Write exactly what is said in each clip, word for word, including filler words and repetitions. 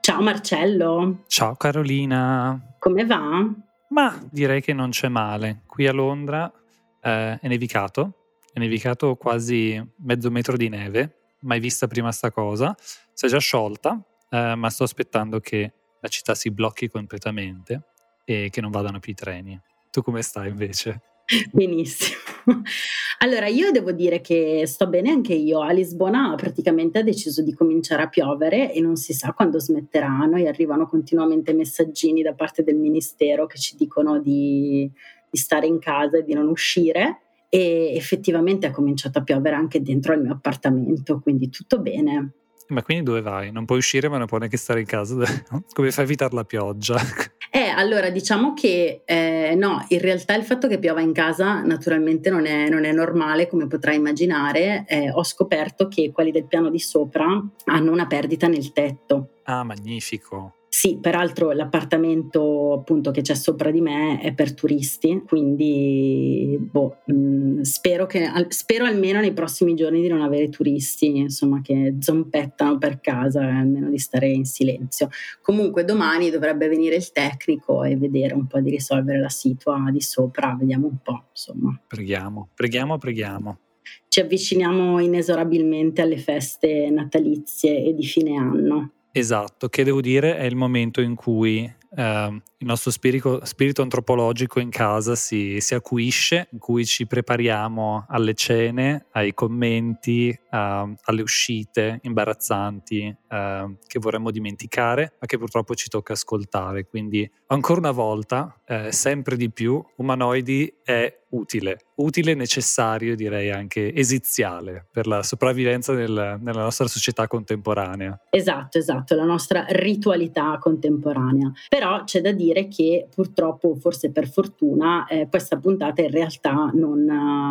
Ciao Marcello, Ciao Carolina. come va? Ma direi che non c'è male. Qui a Londra eh, è nevicato, è nevicato quasi mezzo metro di neve, mai vista prima sta cosa. Si è già sciolta, eh, ma sto aspettando che la città si blocchi completamente e che non vadano più i treni. Tu come stai invece? Benissimo. Allora, io devo dire che sto bene anche io. A Lisbona praticamente ha deciso di cominciare a piovere e non si sa quando smetterà. A noi arrivano continuamente messaggini da parte del ministero che ci dicono di, di stare in casa e di non uscire. E effettivamente ha cominciato a piovere anche dentro al mio appartamento, quindi tutto bene. Ma quindi dove vai? Non puoi uscire, ma non puoi neanche stare in casa. Come fai a evitare la pioggia? Eh, allora diciamo che eh, no, in realtà il fatto che piova in casa naturalmente non è, non è normale, come potrai immaginare. Eh, ho scoperto che quelli del piano di sopra hanno una perdita nel tetto. Ah, magnifico. Sì, peraltro l'appartamento appunto che c'è sopra di me è per turisti, quindi boh, mh, spero che al- spero almeno nei prossimi giorni di non avere turisti, insomma, che zompettano per casa, e almeno di stare in silenzio. Comunque domani dovrebbe venire il tecnico e vedere un po' di risolvere la situa di sopra, vediamo un po', insomma. Preghiamo, preghiamo, preghiamo. Ci avviciniamo inesorabilmente alle feste natalizie e di fine anno. Esatto, che devo dire è il momento in cui eh, il nostro spirito, spirito antropologico in casa si, si acuisce, in cui ci prepariamo alle cene, ai commenti, eh, alle uscite imbarazzanti eh, che vorremmo dimenticare, ma che purtroppo ci tocca ascoltare. Quindi ancora una volta, eh, sempre di più, Umanoidi è utile, utile, necessario, direi anche esiziale per la sopravvivenza nel, nella nostra società contemporanea. Esatto, esatto, la nostra ritualità contemporanea. Però c'è da dire che purtroppo, forse per fortuna, eh, questa puntata in realtà non...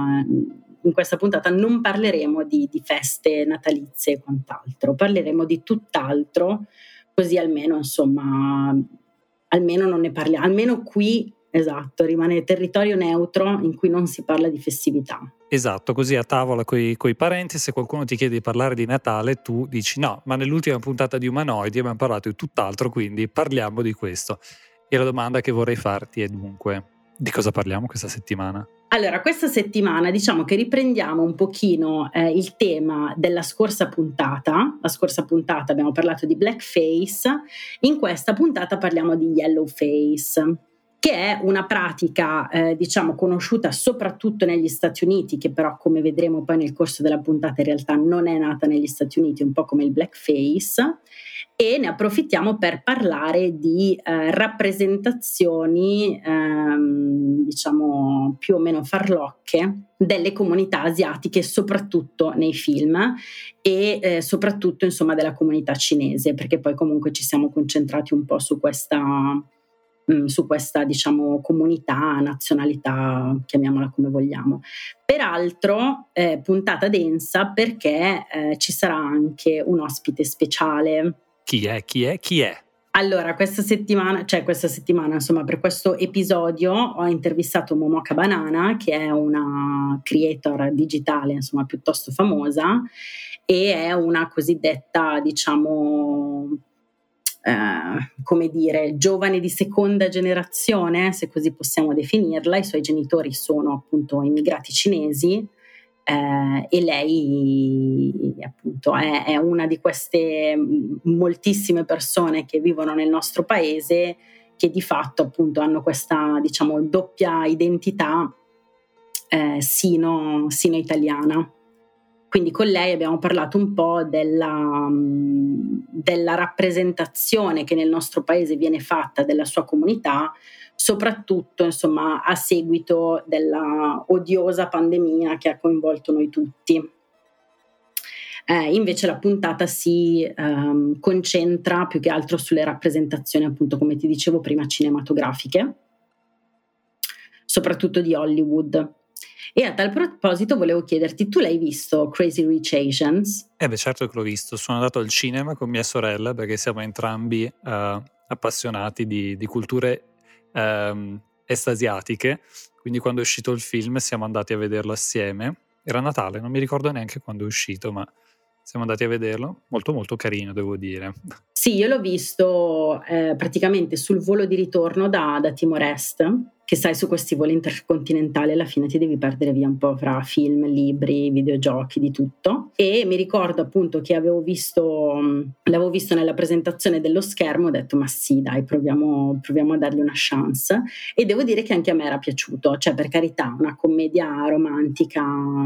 eh, in questa puntata non parleremo di, di feste natalizie e quant'altro, parleremo di tutt'altro, così almeno, insomma, almeno non ne parliamo, almeno qui, esatto, rimane territorio neutro in cui non si parla di festività. Esatto, così a tavola coi, coi parenti, se qualcuno ti chiede di parlare di Natale, tu dici no, ma nell'ultima puntata di Umanoidi abbiamo parlato di tutt'altro, quindi parliamo di questo. E la domanda che vorrei farti è dunque, di cosa parliamo questa settimana? Allora, questa settimana diciamo che riprendiamo un pochino eh, il tema della scorsa puntata. La scorsa puntata abbiamo parlato di blackface, in questa puntata parliamo di yellowface, che è una pratica eh, diciamo conosciuta soprattutto negli Stati Uniti, che però come vedremo poi nel corso della puntata in realtà non è nata negli Stati Uniti, un po' come il blackface. E ne approfittiamo per parlare di eh, rappresentazioni, ehm, diciamo, più o meno farlocche delle comunità asiatiche, soprattutto nei film e eh, soprattutto, insomma, della comunità cinese, perché poi comunque ci siamo concentrati un po' su questa, mh, su questa, diciamo, comunità, nazionalità, chiamiamola come vogliamo. Peraltro, eh, puntata densa perché eh, ci sarà anche un ospite speciale. Chi è? Chi è? Chi è? Allora, questa settimana, cioè questa settimana, insomma, per questo episodio ho intervistato Momoka Banana, che è una creator digitale, insomma, piuttosto famosa e è una cosiddetta, diciamo, eh, come dire, giovane di seconda generazione, se così possiamo definirla. I suoi genitori sono appunto immigrati cinesi. Eh, e lei appunto è, è una di queste moltissime persone che vivono nel nostro paese che di fatto appunto hanno questa, diciamo, doppia identità eh, sino, sino italiana. Quindi con lei abbiamo parlato un po' della, della rappresentazione che nel nostro paese viene fatta della sua comunità, soprattutto insomma a seguito della odiosa pandemia che ha coinvolto noi tutti. Eh, invece la puntata si ehm, concentra più che altro sulle rappresentazioni, appunto come ti dicevo prima, cinematografiche, soprattutto di Hollywood. E a tal proposito volevo chiederti, tu l'hai visto Crazy Rich Asians? Eh beh, certo che l'ho visto, sono andato al cinema con mia sorella perché siamo entrambi eh, appassionati di, di culture ehm, est-asiatiche, quindi quando è uscito il film siamo andati a vederlo assieme. Era Natale, non mi ricordo neanche quando è uscito, ma siamo andati a vederlo, molto molto carino devo dire. Sì, io l'ho visto eh, praticamente sul volo di ritorno da, da Timor Est, che sai, su questi voli intercontinentali alla fine ti devi perdere via un po' fra film, libri, videogiochi, di tutto. E mi ricordo appunto che avevo visto, l'avevo visto nella presentazione dello schermo, ho detto ma sì dai, proviamo, proviamo a dargli una chance, e devo dire che anche a me era piaciuto, cioè per carità una commedia romantica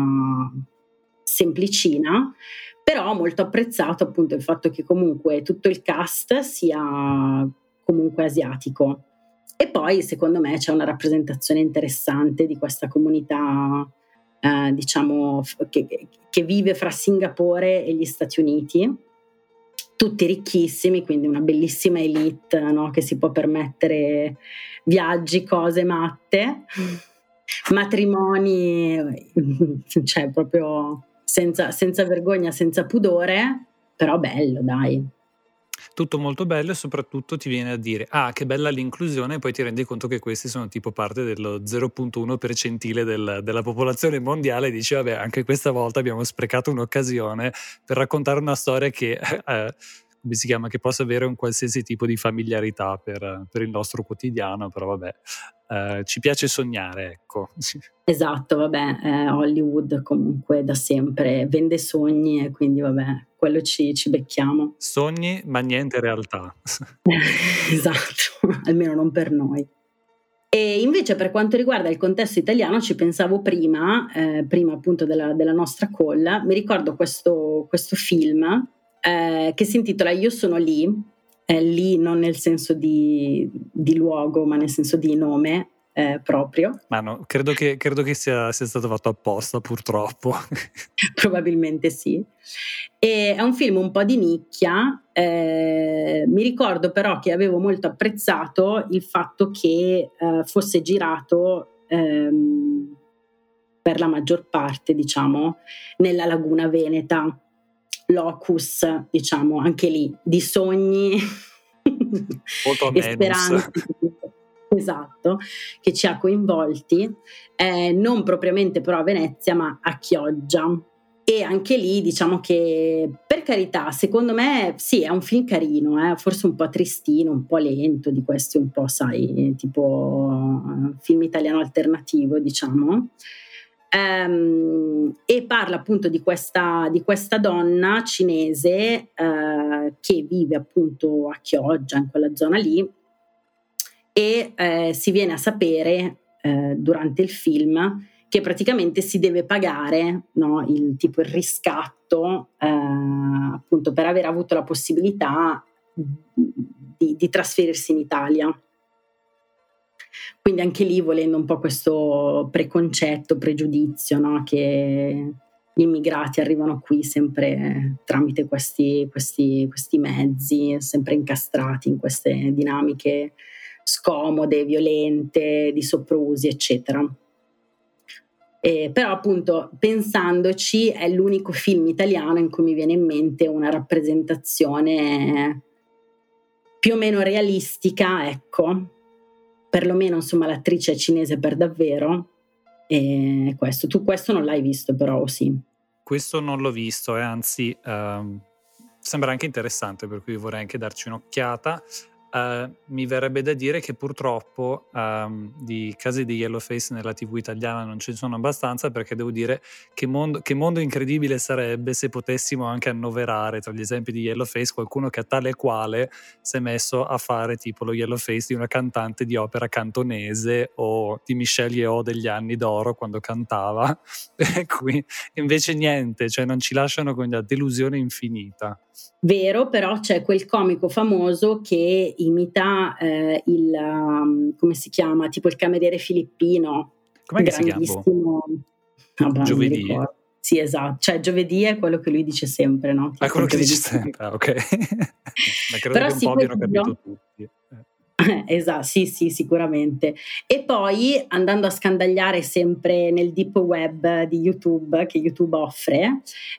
semplicina, però ho molto apprezzato appunto il fatto che comunque tutto il cast sia comunque asiatico, e poi secondo me c'è una rappresentazione interessante di questa comunità eh, diciamo che, che vive fra Singapore e gli Stati Uniti, tutti ricchissimi, quindi una bellissima elite, no? Che si può permettere viaggi, cose matte, matrimoni, cioè proprio senza, senza vergogna, senza pudore, però bello, dai. Tutto molto bello, e soprattutto ti viene a dire ah che bella l'inclusione, e poi ti rendi conto che questi sono tipo parte dello zero virgola uno percentile del, della popolazione mondiale, e dici vabbè, anche questa volta abbiamo sprecato un'occasione per raccontare una storia che eh, come si chiama, che possa avere un qualsiasi tipo di familiarità per, per il nostro quotidiano, però vabbè, eh, ci piace sognare, ecco. Esatto, vabbè, eh, Hollywood comunque da sempre vende sogni, e quindi vabbè, quello ci, ci becchiamo. Sogni, ma niente realtà. Esatto, almeno non per noi. E invece per quanto riguarda il contesto italiano ci pensavo prima, eh, prima appunto della, della nostra call, mi ricordo questo, questo film eh, che si intitola Io sono lì, eh, lì non nel senso di, di luogo, ma nel senso di nome eh, proprio. Ma no, credo che, credo che sia, sia stato fatto apposta, purtroppo. Probabilmente sì. E è un film un po' di nicchia, eh, mi ricordo però che avevo molto apprezzato il fatto che eh, fosse girato ehm, per la maggior parte, diciamo, nella laguna veneta, locus, diciamo, anche lì, di sogni e speranze. Esatto, che ci ha coinvolti, eh, non propriamente però a Venezia, ma a Chioggia. E anche lì diciamo che, per carità, secondo me sì, è un film carino, eh, forse un po' tristino, un po' lento, di questi un po', sai, tipo film italiano alternativo, diciamo. Um, e parla appunto di questa, di questa donna cinese uh, che vive appunto a Chioggia, in quella zona lì, e eh, si viene a sapere eh, durante il film che praticamente si deve pagare, no, il tipo il riscatto eh, appunto per aver avuto la possibilità di, di trasferirsi in Italia. Quindi anche lì, volendo un po' questo preconcetto, pregiudizio, no, che gli immigrati arrivano qui sempre tramite questi, questi, questi mezzi, sempre incastrati in queste dinamiche scomode, violente, di soprusi, eccetera. Eh, però appunto, pensandoci, è l'unico film italiano in cui mi viene in mente una rappresentazione più o meno realistica, ecco, perlomeno insomma l'attrice è cinese per davvero, e questo, tu questo non l'hai visto però, o sì? Questo non l'ho visto, e eh, anzi um, sembra anche interessante, per cui vorrei anche darci un'occhiata. Uh, mi verrebbe da dire che purtroppo um, di casi di Yellowface nella tivù italiana non ce ne sono abbastanza, perché devo dire che mondo, che mondo incredibile sarebbe se potessimo anche annoverare tra gli esempi di Yellowface qualcuno che a tale e quale si è messo a fare tipo lo Yellowface di una cantante di opera cantonese o di Michelle Yeoh degli anni d'oro quando cantava. E qui invece niente, cioè non ci lasciano con la delusione infinita. Vero, però c'è quel comico famoso che imita eh, il, um, come si chiama, tipo il cameriere filippino. Com'è che si chiama? Ah, bah, Giovedì? Sì, esatto, cioè giovedì è quello che lui dice sempre, no? Tipo ah, quello che dice sempre, sempre, ah, ok. Ma credo però che un sì, po' abbiano capito gio- tutti. Esatto, sì, sì, sicuramente. E poi andando a scandagliare sempre nel deep web di YouTube, che YouTube offre,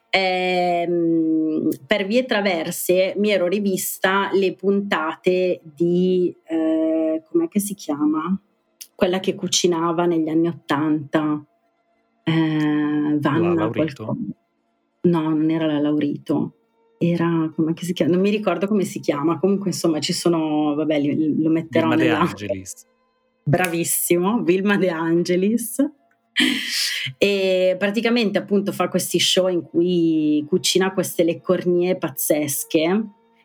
ehm, per vie traverse mi ero rivista le puntate di, eh, com'è che si chiama? Quella che cucinava negli anni Ottanta, eh, Vanna La Laurito? qualcosa. No, non era la Laurito. era, come si chiama? Non mi ricordo come si chiama, comunque insomma ci sono, vabbè, lo metterò Vilma nella... De Angelis. Bravissimo, Vilma De Angelis. E praticamente appunto fa questi show in cui cucina queste leccornie pazzesche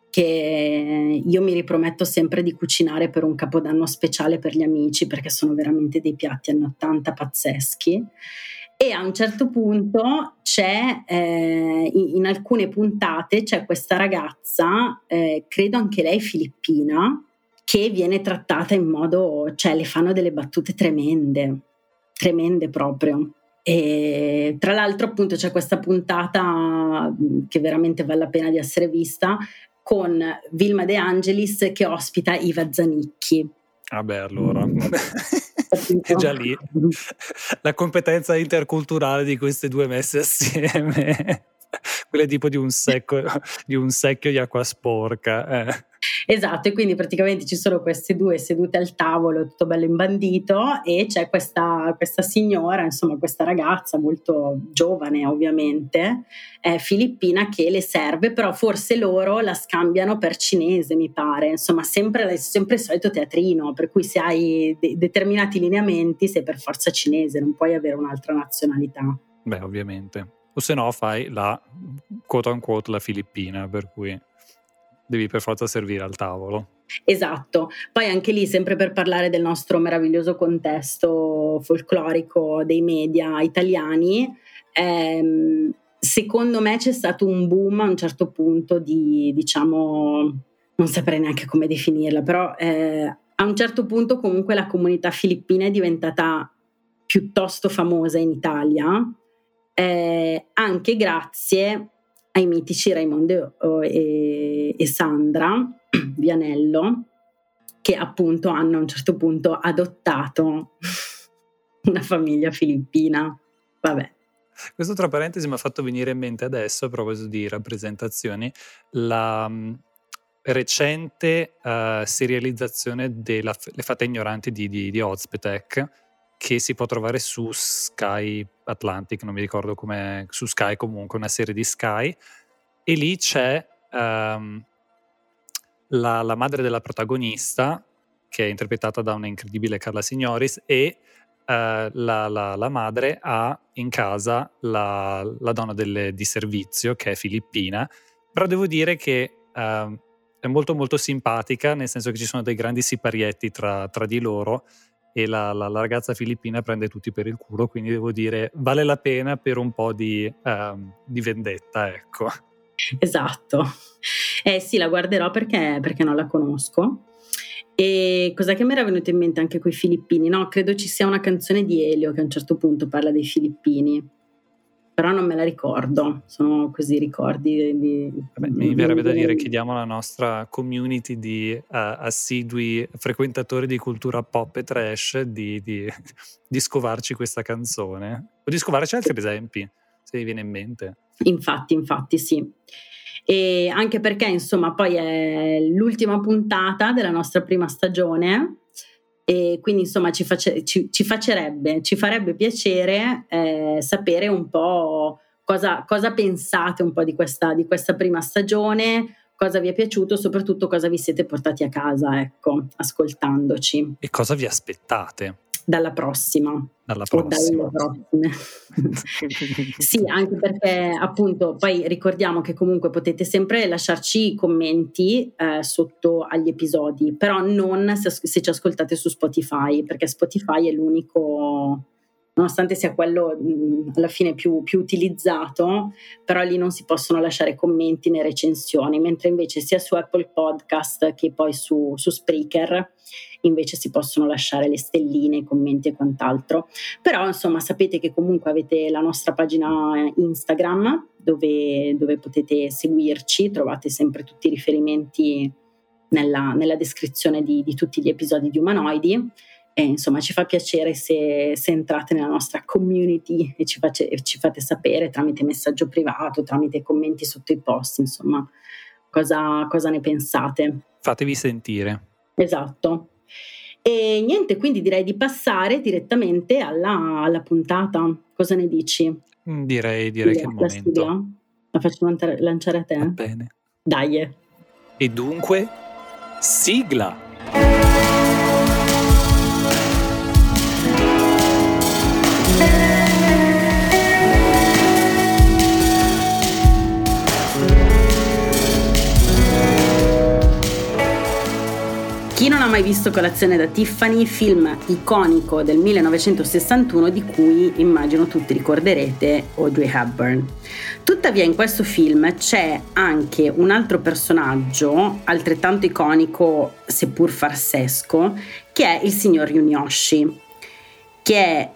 che io mi riprometto sempre di cucinare per un capodanno speciale per gli amici, perché sono veramente dei piatti anni ottanta pazzeschi. E a un certo punto c'è, eh, in, in alcune puntate c'è questa ragazza, eh, credo anche lei filippina, che viene trattata in modo, cioè le fanno delle battute tremende, tremende proprio. E tra l'altro appunto c'è questa puntata che veramente vale la pena di essere vista, con Vilma De Angelis che ospita Iva Zanicchi. Ah beh, allora è già lì la competenza interculturale di queste due messe assieme, quella è tipo di un secco di un secchio di acqua sporca. Eh. Esatto, e quindi praticamente ci sono queste due sedute al tavolo, tutto bello imbandito, e c'è questa, questa signora, insomma questa ragazza molto giovane ovviamente, eh, filippina, che le serve, però forse loro la scambiano per cinese, mi pare, insomma sempre, sempre il solito teatrino, per cui se hai de- determinati lineamenti sei per forza cinese, non puoi avere un'altra nazionalità. Beh, ovviamente, o se no fai la quote unquote la filippina, per cui devi per forza servire al tavolo. Esatto, poi anche lì sempre per parlare del nostro meraviglioso contesto folclorico dei media italiani, ehm, secondo me c'è stato un boom a un certo punto di, diciamo, non saprei neanche come definirla, però eh, a un certo punto comunque la comunità filippina è diventata piuttosto famosa in Italia, eh, anche grazie ai mitici Raimondo e, e Sandra Vianello, che appunto hanno a un certo punto adottato una famiglia filippina. Vabbè. Questo tra parentesi mi ha fatto venire in mente adesso, a proposito di rappresentazioni, la um, recente uh, serializzazione delle Fate Ignoranti di, di, di Ozpetek, che si può trovare su Sky Atlantic, non mi ricordo come, su Sky comunque, una serie di Sky, e lì c'è um, la, la madre della protagonista, che è interpretata da una incredibile Carla Signoris, e uh, la, la, la madre ha in casa la, la donna delle, di servizio, che è filippina, però devo dire che uh, è molto molto simpatica, nel senso che ci sono dei grandi siparietti tra, tra di loro, e la, la, la ragazza filippina prende tutti per il culo, quindi devo dire vale la pena per un po' di, um, di vendetta, ecco. Esatto, eh sì, la guarderò perché, perché non la conosco. E cos'è che mi era venuto in mente anche coi filippini? No, credo ci sia una canzone di Elio che a un certo punto parla dei filippini, però non me la ricordo, sono così ricordi di... Vabbè, mi verrebbe da dire, chiediamo alla nostra community di uh, assidui frequentatori di cultura pop e trash di, di, di scovarci questa canzone, o di scovarci altri esempi, se vi viene in mente. Infatti, infatti sì. E anche perché insomma poi è l'ultima puntata della nostra prima stagione, e quindi insomma ci, face, ci, ci facerebbe, ci farebbe piacere eh, sapere un po' cosa, cosa pensate un po' di questa, di questa prima stagione, cosa vi è piaciuto, soprattutto cosa vi siete portati a casa, ecco, ascoltandoci. E cosa vi aspettate? Dalla prossima. Dalla prossima. O dalle prossime. Sì, anche perché appunto poi ricordiamo che comunque potete sempre lasciarci commenti eh, sotto agli episodi, però non se, se ci ascoltate su Spotify, perché Spotify è l'unico, nonostante sia quello mh, alla fine più, più utilizzato, però lì non si possono lasciare commenti né recensioni, mentre invece sia su Apple Podcast che poi su, su Spreaker invece si possono lasciare le stelline, i commenti e quant'altro. Però insomma sapete che comunque avete la nostra pagina Instagram dove, dove potete seguirci, trovate sempre tutti i riferimenti nella, nella descrizione di, di tutti gli episodi di Umanoidi, e insomma ci fa piacere se, se entrate nella nostra community e ci, face, ci fate sapere tramite messaggio privato, tramite commenti sotto i post, insomma cosa, cosa ne pensate. Fatevi sentire. Esatto. E niente, quindi direi di passare direttamente alla, alla puntata. Cosa ne dici? Direi, direi che è il momento. Sigla? La faccio lanciare, lanciare a te? Va bene. Dai. E dunque, sigla! Chi non ha mai visto Colazione da Tiffany, film iconico del millenovecentosessantuno di cui immagino tutti ricorderete Audrey Hepburn. Tuttavia in questo film c'è anche un altro personaggio altrettanto iconico seppur farsesco, che è il signor Yunioshi, che è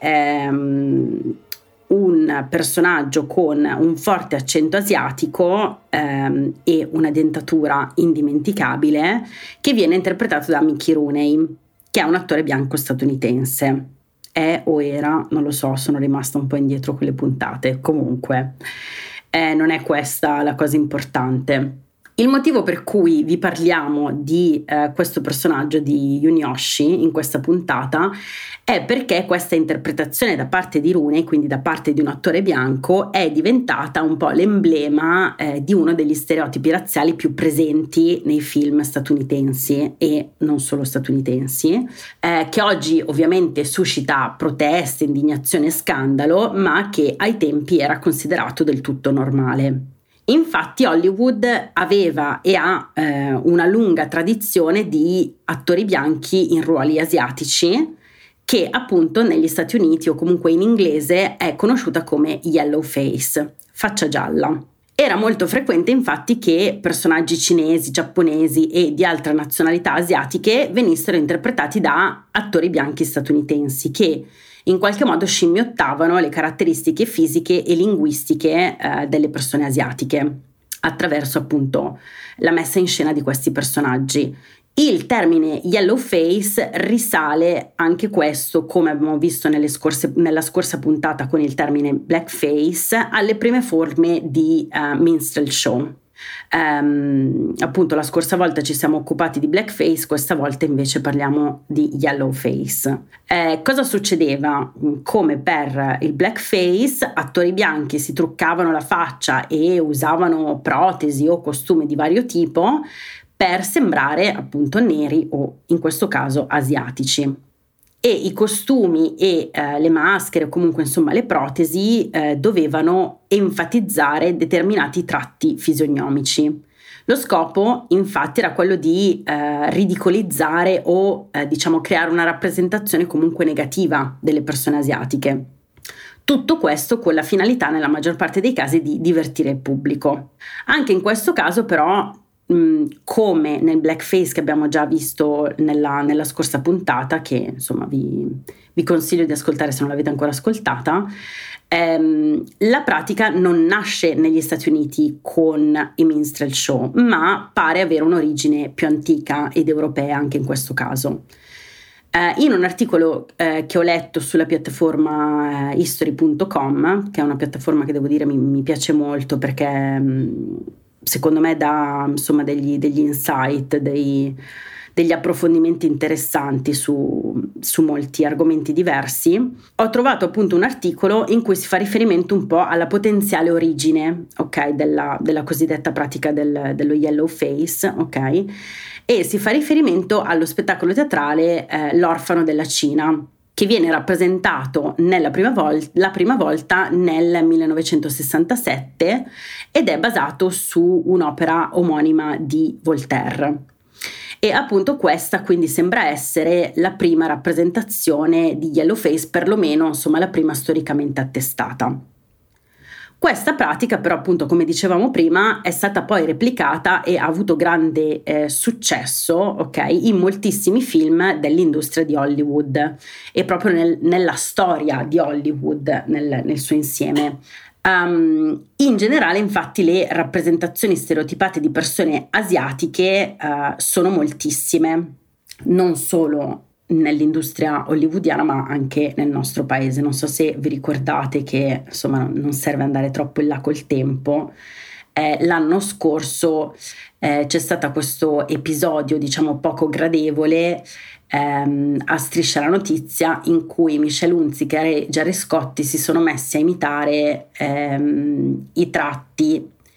ehm, un personaggio con un forte accento asiatico ehm, e una dentatura indimenticabile, che viene interpretato da Mickey Rooney, che è un attore bianco statunitense. È o era, non lo so, sono rimasta un po' indietro con le puntate. Comunque, eh, non è questa la cosa importante. Il motivo per cui vi parliamo di eh, questo personaggio di Yunioshi in questa puntata è perché questa interpretazione da parte di Rooney, quindi da parte di un attore bianco, è diventata un po' l'emblema eh, di uno degli stereotipi razziali più presenti nei film statunitensi e non solo statunitensi, eh, che oggi ovviamente suscita proteste, indignazione e scandalo, ma che ai tempi era considerato del tutto normale. Infatti Hollywood aveva e ha eh, una lunga tradizione di attori bianchi in ruoli asiatici, che appunto negli Stati Uniti o comunque in inglese è conosciuta come yellow face, faccia gialla. Era molto frequente infatti che personaggi cinesi, giapponesi e di altre nazionalità asiatiche venissero interpretati da attori bianchi statunitensi che in qualche modo scimmiottavano le caratteristiche fisiche e linguistiche eh, delle persone asiatiche attraverso appunto la messa in scena di questi personaggi. Il termine yellow face risale anche questo, come abbiamo visto nelle scorse, nella scorsa puntata con il termine blackface, alle prime forme di uh, minstrel show. Um, appunto la scorsa volta ci siamo occupati di blackface, questa volta invece parliamo di yellow face. Eh, cosa succedeva? Come per il blackface, attori bianchi si truccavano la faccia e usavano protesi o costume di vario tipo per sembrare appunto neri o in questo caso asiatici. E i costumi e eh, le maschere o comunque insomma le protesi eh, dovevano enfatizzare determinati tratti fisionomici. Lo scopo infatti era quello di eh, ridicolizzare o eh, diciamo creare una rappresentazione comunque negativa delle persone asiatiche. Tutto questo con la finalità nella maggior parte dei casi di divertire il pubblico. Anche in questo caso però, come nel blackface che abbiamo già visto nella, nella scorsa puntata, che insomma vi, vi consiglio di ascoltare se non l'avete ancora ascoltata, ehm, la pratica non nasce negli Stati Uniti con i minstrel show, ma pare avere un'origine più antica ed europea anche in questo caso. Eh, in un articolo eh, che ho letto sulla piattaforma eh, history punto com, che è una piattaforma che devo dire mi, mi piace molto perché mh, secondo me dà insomma degli, degli insight, dei, degli approfondimenti interessanti su, su molti argomenti diversi, ho trovato appunto un articolo in cui si fa riferimento un po' alla potenziale origine, ok, della, della cosiddetta pratica del, dello yellow face, ok, e si fa riferimento allo spettacolo teatrale eh, L'orfano della Cina, che viene rappresentato nella prima vol- la prima volta nel millenovecentosessantasette ed è basato su un'opera omonima di Voltaire. E appunto questa quindi sembra essere la prima rappresentazione di yellowface, perlomeno insomma la prima storicamente attestata. Questa pratica però appunto, come dicevamo prima, è stata poi replicata e ha avuto grande eh, successo, ok, in moltissimi film dell'industria di Hollywood e proprio nel, nella storia di Hollywood nel, nel suo insieme. Um, in generale infatti le rappresentazioni stereotipate di persone asiatiche uh, sono moltissime, non solo nell'industria hollywoodiana ma anche nel nostro paese. Non so se vi ricordate che insomma non serve andare troppo in là col tempo, eh, l'anno scorso eh, c'è stato questo episodio diciamo poco gradevole ehm, a Striscia la Notizia, in cui Michelle Hunziker e Gerry Scotti si sono messi a imitare ehm, i tratti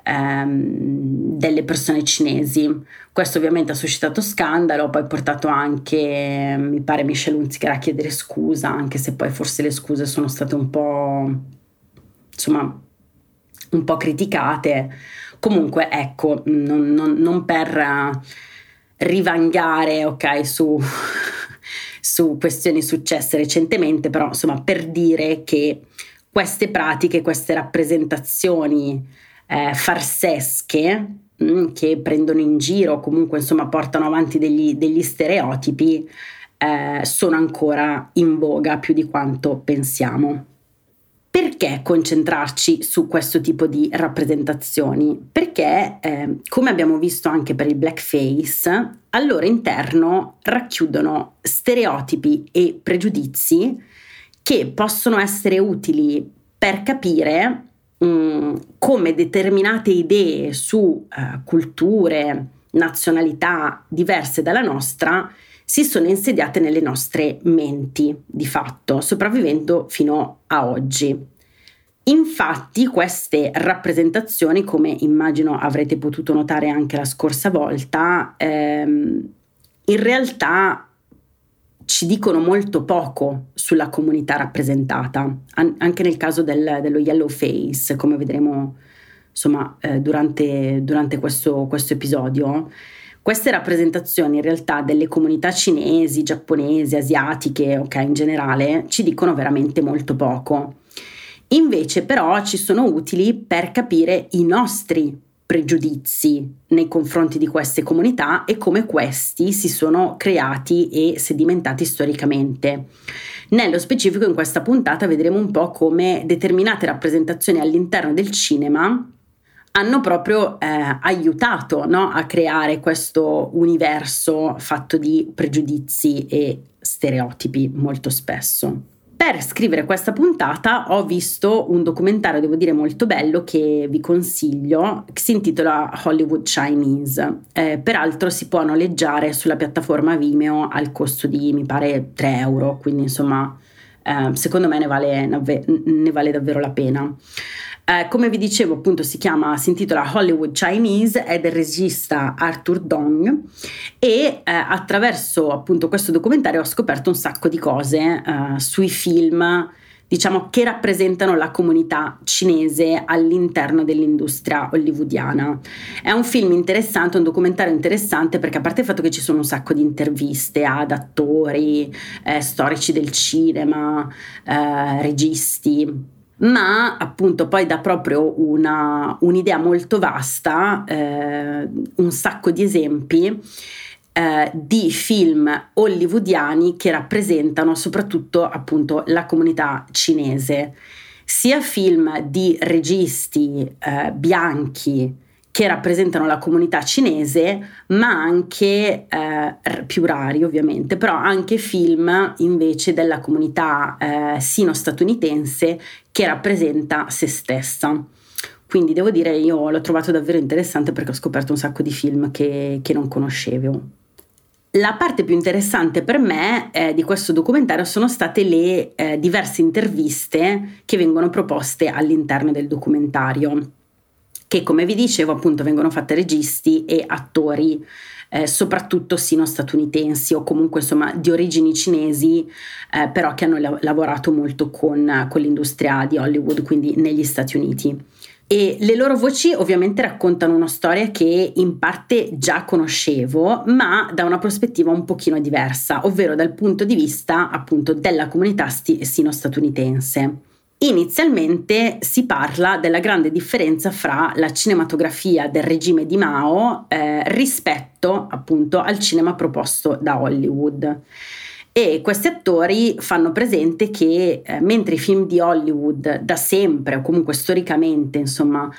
ehm, delle persone cinesi. Questo ovviamente ha suscitato scandalo, poi portato anche, mi pare, Michelle Hunziker a chiedere scusa, anche se poi forse le scuse sono state un po', insomma, un po' criticate. Comunque, ecco, non, non, non per rivangare, ok, su, su questioni successe recentemente, però insomma per dire che queste pratiche, queste rappresentazioni eh, farsesche mh, che prendono in giro, comunque insomma portano avanti degli, degli stereotipi, eh, sono ancora in voga più di quanto pensiamo. Perché concentrarci su questo tipo di rappresentazioni? Perché, eh, come abbiamo visto anche per il blackface, al loro interno racchiudono stereotipi e pregiudizi che possono essere utili per capire mh, come determinate idee su uh, culture, nazionalità diverse dalla nostra si sono insediate nelle nostre menti, di fatto, sopravvivendo fino a oggi. Infatti, queste rappresentazioni, come immagino avrete potuto notare anche la scorsa volta, ehm, in realtà ci dicono molto poco sulla comunità rappresentata, An- anche nel caso del, dello yellow face, come vedremo insomma, eh, durante, durante questo, questo episodio. Queste rappresentazioni in realtà delle comunità cinesi, giapponesi, asiatiche, ok, in generale, ci dicono veramente molto poco. Invece però ci sono utili per capire i nostri pregiudizi nei confronti di queste comunità e come questi si sono creati e sedimentati storicamente. Nello specifico, in questa puntata vedremo un po' come determinate rappresentazioni all'interno del cinema hanno proprio eh, aiutato, no, a creare questo universo fatto di pregiudizi e stereotipi molto spesso. Per scrivere questa puntata ho visto un documentario, devo dire molto bello, che vi consiglio, che si intitola Hollywood Chinese. Eh, peraltro si può noleggiare sulla piattaforma Vimeo al costo di, mi pare, tre euro, quindi insomma eh, secondo me ne vale, ne vale davvero la pena. Eh, come vi dicevo, appunto, si chiama, si intitola Hollywood Chinese, è del regista Arthur Dong e eh, attraverso appunto questo documentario ho scoperto un sacco di cose eh, sui film, diciamo, che rappresentano la comunità cinese all'interno dell'industria hollywoodiana. È un film interessante, un documentario interessante, perché a parte il fatto che ci sono un sacco di interviste ad attori, eh, storici del cinema, eh, registi, ma appunto poi dà proprio una, un'idea molto vasta, eh, un sacco di esempi eh, di film hollywoodiani che rappresentano soprattutto appunto la comunità cinese, sia film di registi eh, bianchi che rappresentano la comunità cinese, ma anche eh, più rari ovviamente, però anche film invece della comunità eh, sino-statunitense che rappresenta se stessa. Quindi devo dire, io l'ho trovato davvero interessante perché ho scoperto un sacco di film che, che non conoscevo. La parte più interessante per me eh, di questo documentario sono state le eh, diverse interviste che vengono proposte all'interno del documentario, che, come vi dicevo, appunto vengono fatte registi e attori eh, soprattutto sino-statunitensi o comunque insomma di origini cinesi, eh, però che hanno la- lavorato molto con, con l'industria di Hollywood, quindi negli Stati Uniti. E le loro voci ovviamente raccontano una storia che in parte già conoscevo, ma da una prospettiva un pochino diversa, ovvero dal punto di vista appunto della comunità sti- sino-statunitense. Inizialmente si parla della grande differenza fra la cinematografia del regime di Mao eh, rispetto appunto al cinema proposto da Hollywood. E questi attori fanno presente che eh, mentre i film di Hollywood da sempre o comunque storicamente insomma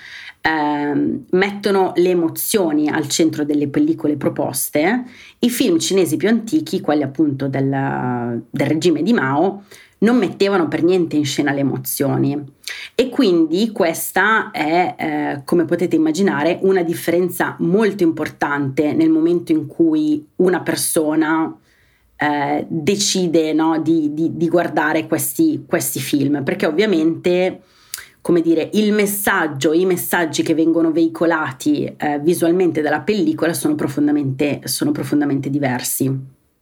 eh, mettono le emozioni al centro delle pellicole proposte, i film cinesi più antichi, quelli appunto del, del regime di Mao, non mettevano per niente in scena le emozioni, e quindi questa è, eh, come potete immaginare, una differenza molto importante nel momento in cui una persona eh, decide, no, di, di, di guardare questi, questi film, perché ovviamente come dire, il messaggio, i messaggi che vengono veicolati eh, visualmente dalla pellicola sono profondamente, sono profondamente diversi.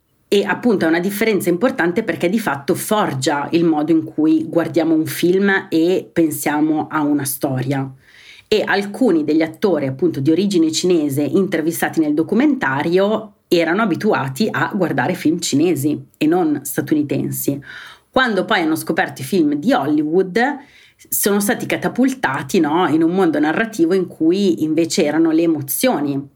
E appunto è una differenza importante perché di fatto forgia il modo in cui guardiamo un film e pensiamo a una storia. E alcuni degli attori appunto di origine cinese intervistati nel documentario erano abituati a guardare film cinesi e non statunitensi. Quando poi hanno scoperto i film di Hollywood sono stati catapultati, no, in un mondo narrativo in cui invece erano le emozioni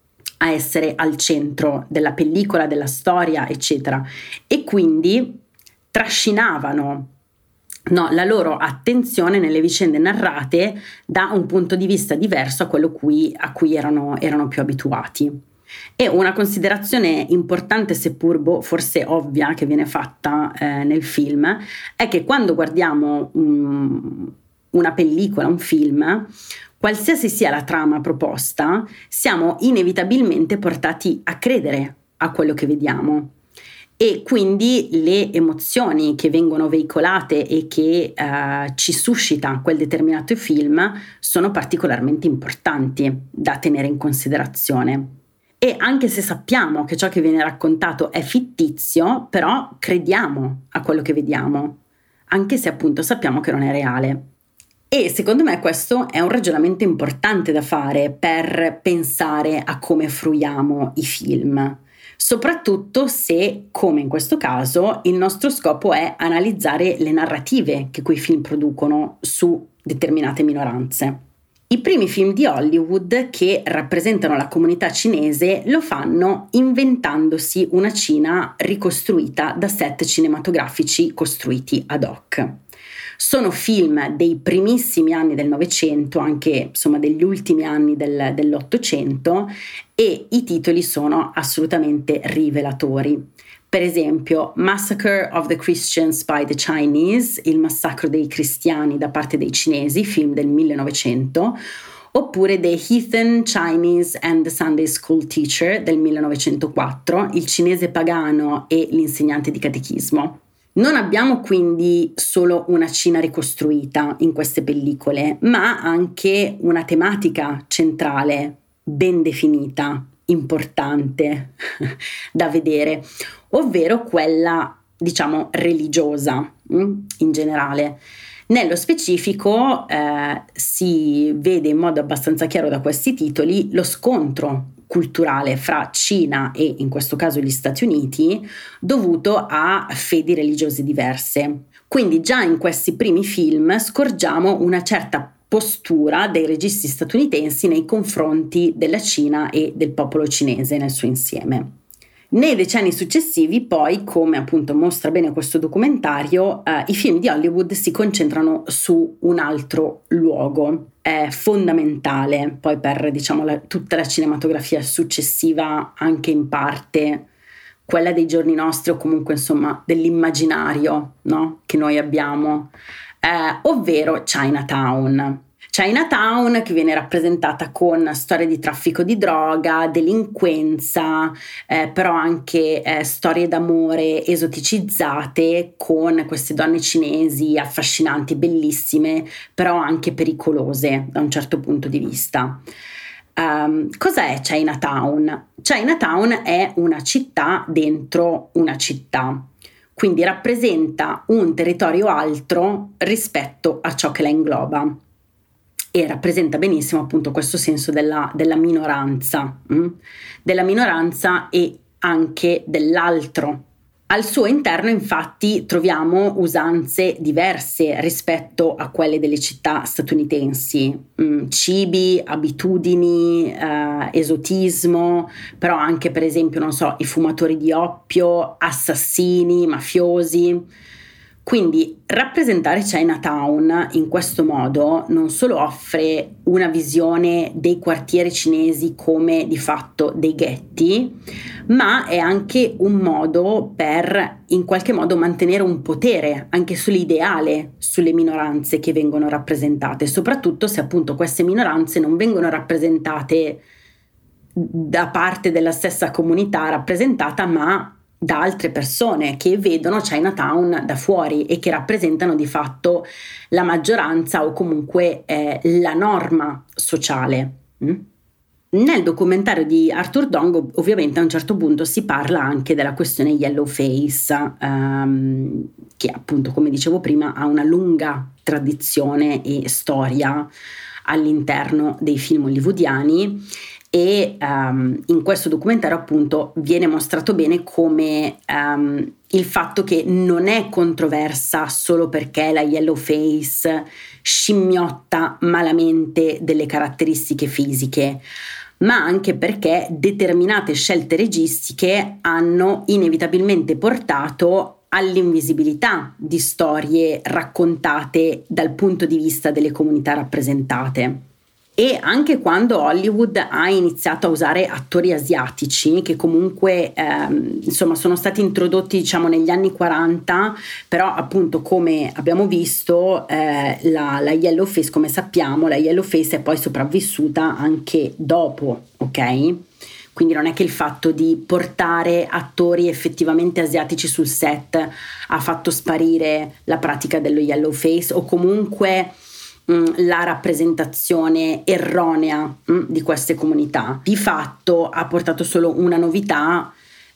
a essere al centro della pellicola, della storia, eccetera, e quindi trascinavano, no, la loro attenzione nelle vicende narrate da un punto di vista diverso a quello cui, a cui erano, erano più abituati. E una considerazione importante, seppur boh, forse ovvia, che viene fatta eh, nel film, è che quando guardiamo um, una pellicola, un film, qualsiasi sia la trama proposta, siamo inevitabilmente portati a credere a quello che vediamo. E quindi le emozioni che vengono veicolate e che eh, ci suscita quel determinato film sono particolarmente importanti da tenere in considerazione. E anche se sappiamo che ciò che viene raccontato è fittizio, però crediamo a quello che vediamo, anche se appunto sappiamo che non è reale. E secondo me questo è un ragionamento importante da fare per pensare a come fruiamo i film, soprattutto se, come in questo caso, il nostro scopo è analizzare le narrative che quei film producono su determinate minoranze. I primi film di Hollywood che rappresentano la comunità cinese lo fanno inventandosi una Cina ricostruita da set cinematografici costruiti ad hoc. Sono film dei primissimi anni del Novecento, anche insomma degli ultimi anni del, dell'Ottocento, e i titoli sono assolutamente rivelatori. Per esempio, Massacre of the Christians by the Chinese, il massacro dei cristiani da parte dei cinesi, film del millenovecento, oppure The Heathen Chinese and the Sunday School Teacher del millenovecentoquattro, il cinese pagano e l'insegnante di catechismo. Non abbiamo quindi solo una Cina ricostruita in queste pellicole, ma anche una tematica centrale, ben definita, importante da vedere, ovvero quella, diciamo, religiosa in generale. Nello specifico eh, si vede in modo abbastanza chiaro da questi titoli lo scontro culturale fra Cina e in questo caso gli Stati Uniti dovuto a fedi religiose diverse. Quindi già in questi primi film scorgiamo una certa postura dei registi statunitensi nei confronti della Cina e del popolo cinese nel suo insieme. Nei decenni successivi, poi, come appunto mostra bene questo documentario, eh, i film di Hollywood si concentrano su un altro luogo eh, fondamentale, poi per diciamo la, tutta la cinematografia successiva, anche in parte quella dei giorni nostri o comunque insomma dell'immaginario, no? Che noi abbiamo, eh, ovvero Chinatown. Chinatown che viene rappresentata con storie di traffico di droga, delinquenza, eh, però anche eh, storie d'amore esoticizzate con queste donne cinesi affascinanti, bellissime, però anche pericolose da un certo punto di vista. Um, cos'è Chinatown? Chinatown è una città dentro una città, quindi rappresenta un territorio altro rispetto a ciò che la ingloba. E rappresenta benissimo appunto questo senso della, della minoranza, mh? della minoranza e anche dell'altro. Al suo interno infatti troviamo usanze diverse rispetto a quelle delle città statunitensi, mh, cibi, abitudini, eh, esotismo, però anche per esempio, non so, i fumatori di oppio, assassini, mafiosi. Quindi rappresentare Chinatown in questo modo non solo offre una visione dei quartieri cinesi come di fatto dei ghetti, ma è anche un modo per in qualche modo mantenere un potere anche sull'ideale, sulle minoranze che vengono rappresentate, soprattutto se appunto queste minoranze non vengono rappresentate da parte della stessa comunità rappresentata, ma da altre persone che vedono Chinatown da fuori e che rappresentano di fatto la maggioranza o comunque eh, la norma sociale. Mm? Nel documentario di Arthur Dong ovviamente a un certo punto si parla anche della questione yellow face, ehm, che appunto, come dicevo prima, ha una lunga tradizione e storia all'interno dei film hollywoodiani, e um, in questo documentario appunto viene mostrato bene come um, il fatto che non è controversa solo perché la yellow face scimmiotta malamente delle caratteristiche fisiche, ma anche perché determinate scelte registiche hanno inevitabilmente portato all'invisibilità di storie raccontate dal punto di vista delle comunità rappresentate. E anche quando Hollywood ha iniziato a usare attori asiatici, che comunque ehm, insomma sono stati introdotti diciamo negli anni quaranta, però appunto come abbiamo visto eh, la, la yellow face, come sappiamo, la yellow face è poi sopravvissuta anche dopo, ok? Quindi non è che il fatto di portare attori effettivamente asiatici sul set ha fatto sparire la pratica dello yellow face, o comunque la rappresentazione erronea mh, di queste comunità. Di fatto ha portato solo una novità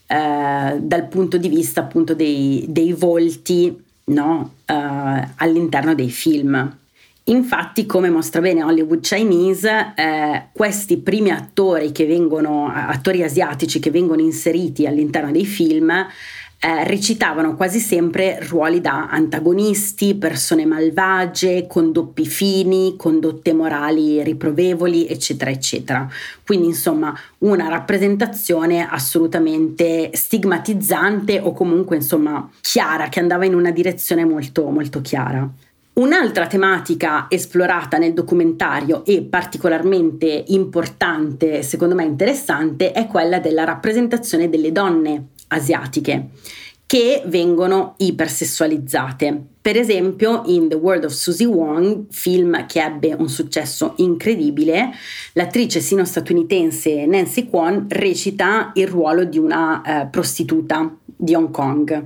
eh, dal punto di vista appunto dei, dei volti, no, eh, all'interno dei film. Infatti, come mostra bene Hollywood Chinese, eh, questi primi attori che vengono, attori asiatici che vengono inseriti all'interno dei film, Eh, recitavano quasi sempre ruoli da antagonisti, persone malvagie, con doppi fini, condotte morali riprovevoli, eccetera, eccetera. Quindi, insomma, una rappresentazione assolutamente stigmatizzante o comunque, insomma, chiara, che andava in una direzione molto, molto chiara. Un'altra tematica esplorata nel documentario e particolarmente importante, secondo me interessante, è quella della rappresentazione delle donne asiatiche che vengono ipersessualizzate. Per esempio, in The World of Susie Wong, film che ebbe un successo incredibile, l'attrice sino-statunitense Nancy Kwon recita il ruolo di una eh, prostituta di Hong Kong.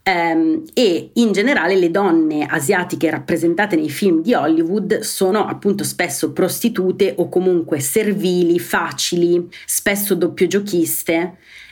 Um, e in generale le donne asiatiche rappresentate nei film di Hollywood sono appunto spesso prostitute o comunque servili, facili, spesso doppiogiochiste,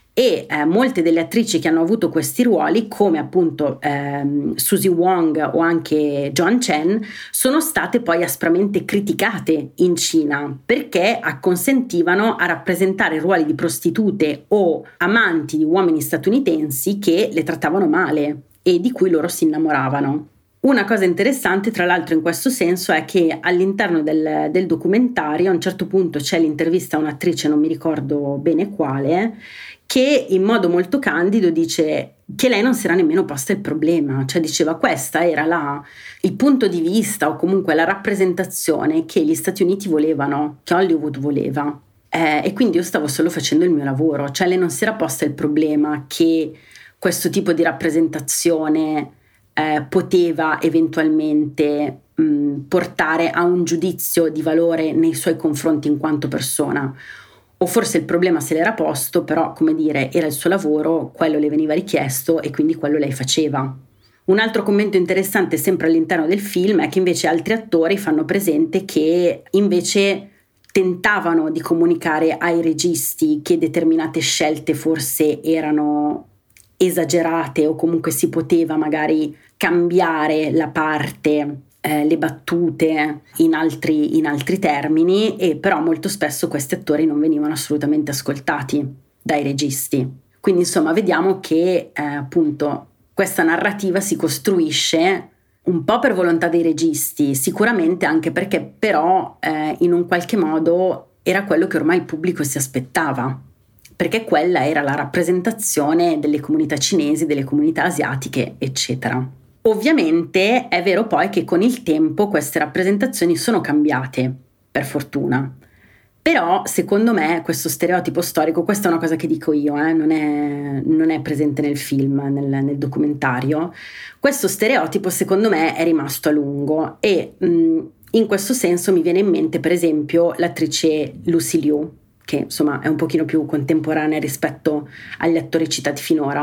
e eh, molte delle attrici che hanno avuto questi ruoli, come appunto ehm, Susie Wong o anche Joan Chen, sono state poi aspramente criticate in Cina perché acconsentivano a rappresentare ruoli di prostitute o amanti di uomini statunitensi che le trattavano male e di cui loro si innamoravano. Una cosa interessante, tra l'altro, in questo senso è che all'interno del, del documentario a un certo punto c'è l'intervista a un'attrice, non mi ricordo bene quale, che in modo molto candido dice che lei non si era nemmeno posta il problema, cioè diceva questa era la, il punto di vista o comunque la rappresentazione che gli Stati Uniti volevano, che Hollywood voleva, eh, e quindi io stavo solo facendo il mio lavoro, cioè lei non si era posta il problema che questo tipo di rappresentazione eh, poteva eventualmente mh, portare a un giudizio di valore nei suoi confronti in quanto persona. O forse il problema se l'era posto, però, come dire, era il suo lavoro, quello le veniva richiesto e quindi quello lei faceva. Un altro commento interessante sempre all'interno del film è che invece altri attori fanno presente che invece tentavano di comunicare ai registi che determinate scelte forse erano esagerate o comunque si poteva magari cambiare la parte, Eh, le battute in altri, in altri termini, e però molto spesso questi attori non venivano assolutamente ascoltati dai registi. Quindi insomma vediamo che eh, appunto questa narrativa si costruisce un po' per volontà dei registi, sicuramente anche perché però eh, in un qualche modo era quello che ormai il pubblico si aspettava, perché quella era la rappresentazione delle comunità cinesi, delle comunità asiatiche, eccetera. Ovviamente è vero poi che con il tempo queste rappresentazioni sono cambiate, per fortuna, però secondo me questo stereotipo storico, questa è una cosa che dico io, eh, non è, non è presente nel film, nel, nel documentario, questo stereotipo secondo me è rimasto a lungo e mh, in questo senso mi viene in mente per esempio l'attrice Lucy Liu, che insomma è un pochino più contemporanea rispetto agli attori citati finora.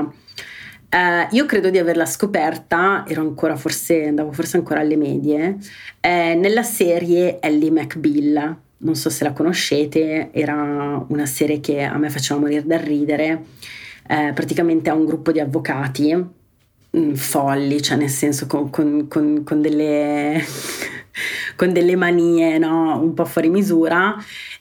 Uh, io credo di averla scoperta, ero ancora forse, andavo forse ancora alle medie, eh, nella serie Ally McBeal. Non so se la conoscete, era una serie che a me faceva morire dal ridere. Eh, praticamente ha un gruppo di avvocati mh, folli, cioè nel senso con, con, con, con, delle, con delle manie, no? Un po' fuori misura.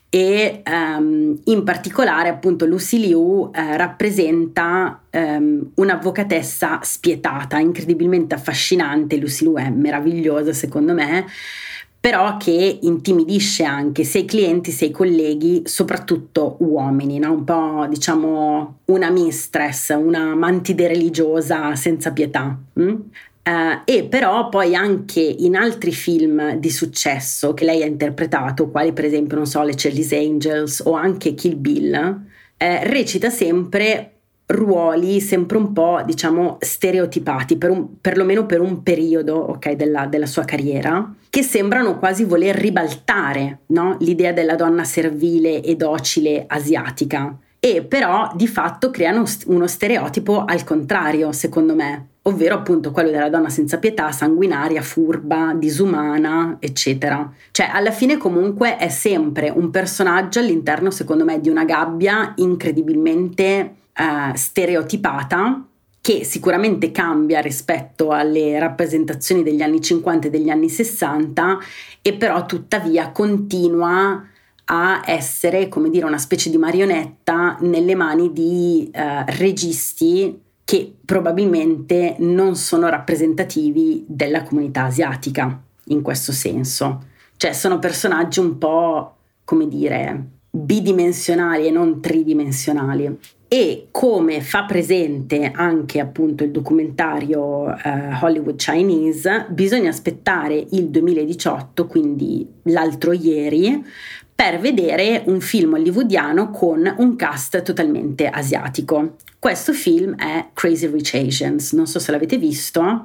E um, in particolare appunto Lucy Liu eh, rappresenta um, un'avvocatessa spietata, incredibilmente affascinante. Lucy Liu è meravigliosa secondo me, però che intimidisce anche sia i clienti sia i colleghi, soprattutto uomini, no? Un po' diciamo una mistress, una mantide religiosa senza pietà. Mm? Uh, e però poi anche in altri film di successo che lei ha interpretato, quali per esempio non so le Charlie's Angels o anche Kill Bill, eh, recita sempre ruoli sempre un po' diciamo stereotipati per un, perlomeno per un periodo, ok, della, della sua carriera, che sembrano quasi voler ribaltare, no? L'idea della donna servile e docile asiatica, e però di fatto creano uno stereotipo al contrario secondo me, ovvero appunto quello della donna senza pietà, sanguinaria, furba, disumana, eccetera. Cioè alla fine comunque è sempre un personaggio all'interno secondo me di una gabbia incredibilmente uh, stereotipata, che sicuramente cambia rispetto alle rappresentazioni degli anni cinquanta e degli anni sessanta, e però tuttavia continua a essere, come dire, una specie di marionetta nelle mani di uh, registi che probabilmente non sono rappresentativi della comunità asiatica in questo senso. Cioè sono personaggi un po', come dire, bidimensionali e non tridimensionali. E come fa presente anche appunto il documentario uh, Hollywood Chinese, bisogna aspettare il duemiladiciotto, quindi l'altro ieri, per vedere un film hollywoodiano con un cast totalmente asiatico. Questo film è Crazy Rich Asians, non so se l'avete visto,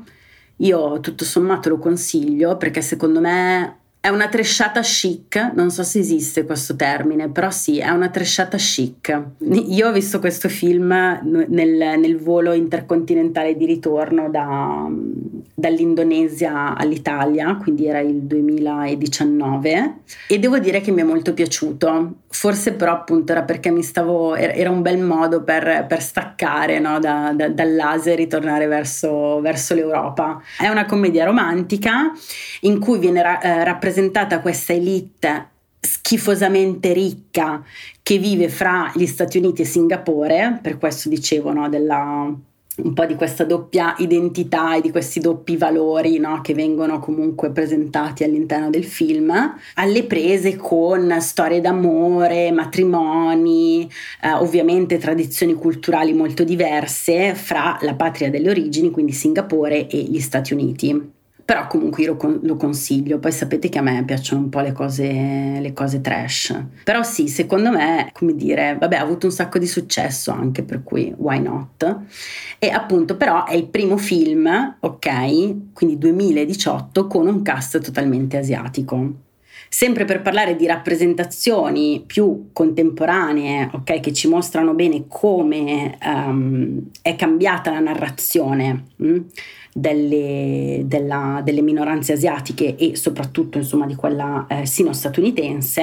io tutto sommato lo consiglio perché secondo me è una tresciata chic, non so se esiste questo termine, però sì, è una tresciata chic. Io ho visto questo film nel, nel volo intercontinentale di ritorno da, dall'Indonesia all'Italia, quindi era il duemiladiciannove, e devo dire che mi è molto piaciuto. Forse però appunto era perché mi stavo, era un bel modo per, per staccare, no, da, da, dall'Asia e ritornare verso, verso l'Europa. È una commedia romantica in cui viene ra- eh, rappresentata questa elite schifosamente ricca che vive fra gli Stati Uniti e Singapore, per questo dicevo, no, della, un po' di questa doppia identità e di questi doppi valori, no, che vengono comunque presentati all'interno del film, alle prese con storie d'amore, matrimoni, eh, ovviamente tradizioni culturali molto diverse fra la patria delle origini, quindi Singapore, e gli Stati Uniti. Però comunque io lo, con- lo consiglio, poi sapete che a me piacciono un po' le cose, le cose trash, però sì, secondo me, come dire, vabbè, ha avuto un sacco di successo anche, per cui why not? E appunto però è il primo film, ok, quindi duemiladiciotto, con un cast totalmente asiatico. Sempre per parlare di rappresentazioni più contemporanee, ok, che ci mostrano bene come um, è cambiata la narrazione mh, delle, della, delle minoranze asiatiche e soprattutto insomma di quella eh, sino-statunitense,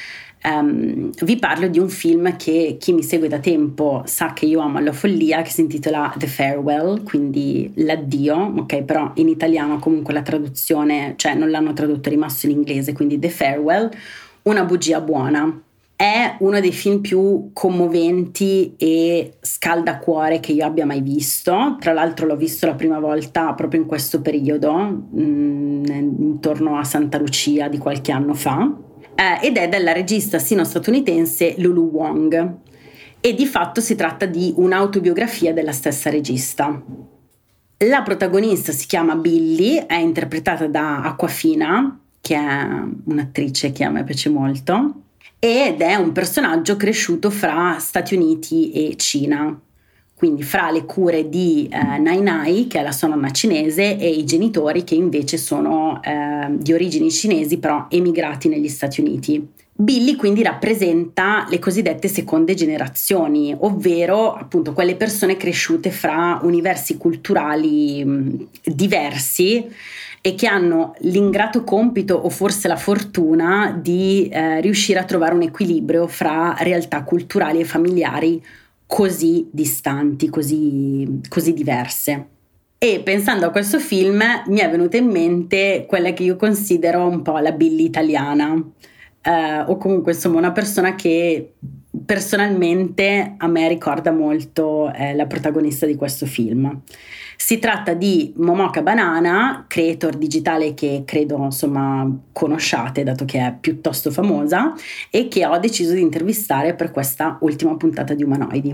um, vi parlo di un film che chi mi segue da tempo sa che io amo alla follia, che si intitola The Farewell, quindi l'addio, ok, però in italiano comunque la traduzione, cioè non l'hanno tradotto, è rimasto in inglese, quindi The Farewell, una bugia buona. È uno dei film più commoventi e scaldacuore che io abbia mai visto. Tra l'altro l'ho visto la prima volta proprio in questo periodo, mh, intorno a Santa Lucia di qualche anno fa, eh, ed è della regista sino-statunitense Lulu Wang, e di fatto si tratta di un'autobiografia della stessa regista. La protagonista si chiama Billie, è interpretata da Awkwafina, che è un'attrice che a me piace molto, ed è un personaggio cresciuto fra Stati Uniti e Cina, quindi fra le cure di eh, Nai Nai, che è la sua nonna cinese, e i genitori che invece sono eh, di origini cinesi però emigrati negli Stati Uniti. Billy quindi rappresenta le cosiddette seconde generazioni, ovvero appunto quelle persone cresciute fra universi culturali mh, diversi e che hanno l'ingrato compito o forse la fortuna di eh, riuscire a trovare un equilibrio fra realtà culturali e familiari così distanti, così, così diverse. E pensando a questo film mi è venuta in mente quella che io considero un po' la Billy italiana. Uh, o comunque insomma una persona che personalmente a me ricorda molto eh, la protagonista di questo film. Si tratta di Momoka Banana, creator digitale che credo insomma conosciate dato che è piuttosto famosa e che ho deciso di intervistare per questa ultima puntata di Umanoidi.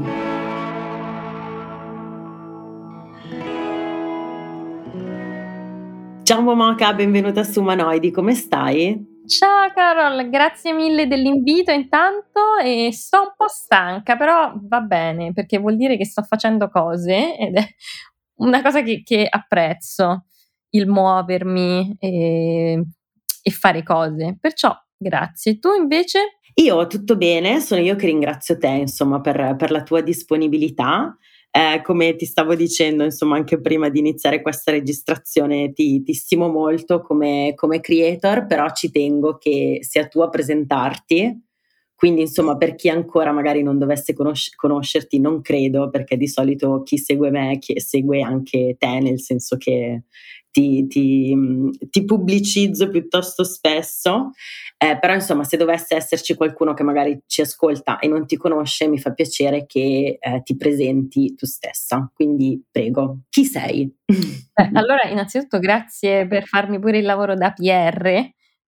Ciao Momoka, benvenuta su Umanoidi, come stai? Ciao Carol, grazie mille dell'invito intanto, e sto un po' stanca, però va bene perché vuol dire che sto facendo cose ed è una cosa che, che apprezzo, il muovermi e, e fare cose, perciò grazie. Tu invece? Io tutto bene, sono io che ringrazio te insomma per, per la tua disponibilità. Eh, come ti stavo dicendo, insomma, anche prima di iniziare questa registrazione, ti, ti stimo molto come, come creator, però ci tengo che sia tu a presentarti. Quindi, insomma, per chi ancora magari non dovesse conosc- conoscerti, non credo, perché di solito chi segue me chi segue anche te, nel senso che ti, ti, ti pubblicizzo piuttosto spesso. Eh, però insomma, se dovesse esserci qualcuno che magari ci ascolta e non ti conosce, mi fa piacere che eh, ti presenti tu stessa. Quindi prego, chi sei? Beh, allora, innanzitutto grazie per farmi pure il lavoro da P R,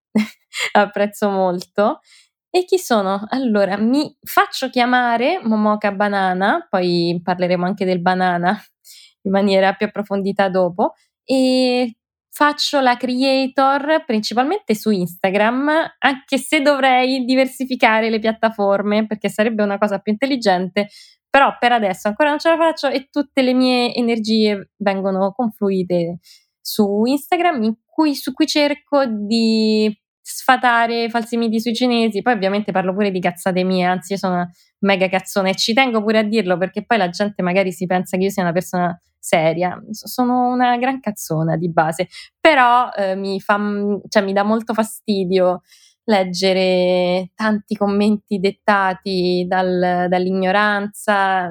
apprezzo molto. E chi sono? Allora, mi faccio chiamare Momoka Banana, poi parleremo anche del banana in maniera più approfondita dopo, e faccio la creator principalmente su Instagram, anche se dovrei diversificare le piattaforme perché sarebbe una cosa più intelligente, però per adesso ancora non ce la faccio e tutte le mie energie vengono confluite su Instagram, in cui, su cui cerco di sfatare falsi miti sui cinesi. Poi ovviamente parlo pure di cazzate mie, anzi io sono una mega cazzona e ci tengo pure a dirlo perché poi la gente magari si pensa che io sia una persona seria. Sono una gran cazzona di base, però eh, mi fa, cioè mi dà molto fastidio leggere tanti commenti dettati dal, dall'ignoranza,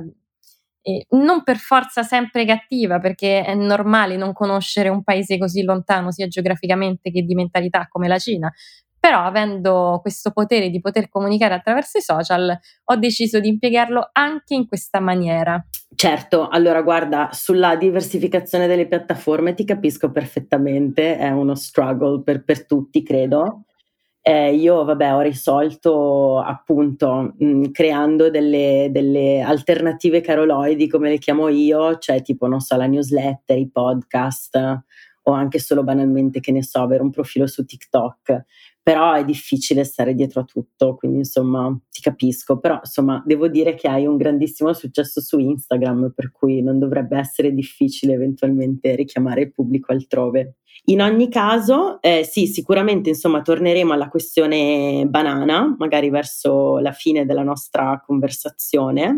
e non per forza sempre cattiva, perché è normale non conoscere un paese così lontano sia geograficamente che di mentalità come la Cina, però avendo questo potere di poter comunicare attraverso i social ho deciso di impiegarlo anche in questa maniera. Certo, allora guarda, sulla diversificazione delle piattaforme ti capisco perfettamente, è uno struggle per, per tutti, credo. Eh, io vabbè ho risolto appunto mh, creando delle, delle alternative caroloidi come le chiamo io, cioè tipo non so la newsletter, i podcast o anche solo banalmente che ne so avere un profilo su TikTok, però è difficile stare dietro a tutto, quindi insomma ti capisco, però insomma devo dire che hai un grandissimo successo su Instagram, per cui non dovrebbe essere difficile eventualmente richiamare il pubblico altrove. In ogni caso, eh, sì, sicuramente insomma torneremo alla questione banana, magari verso la fine della nostra conversazione.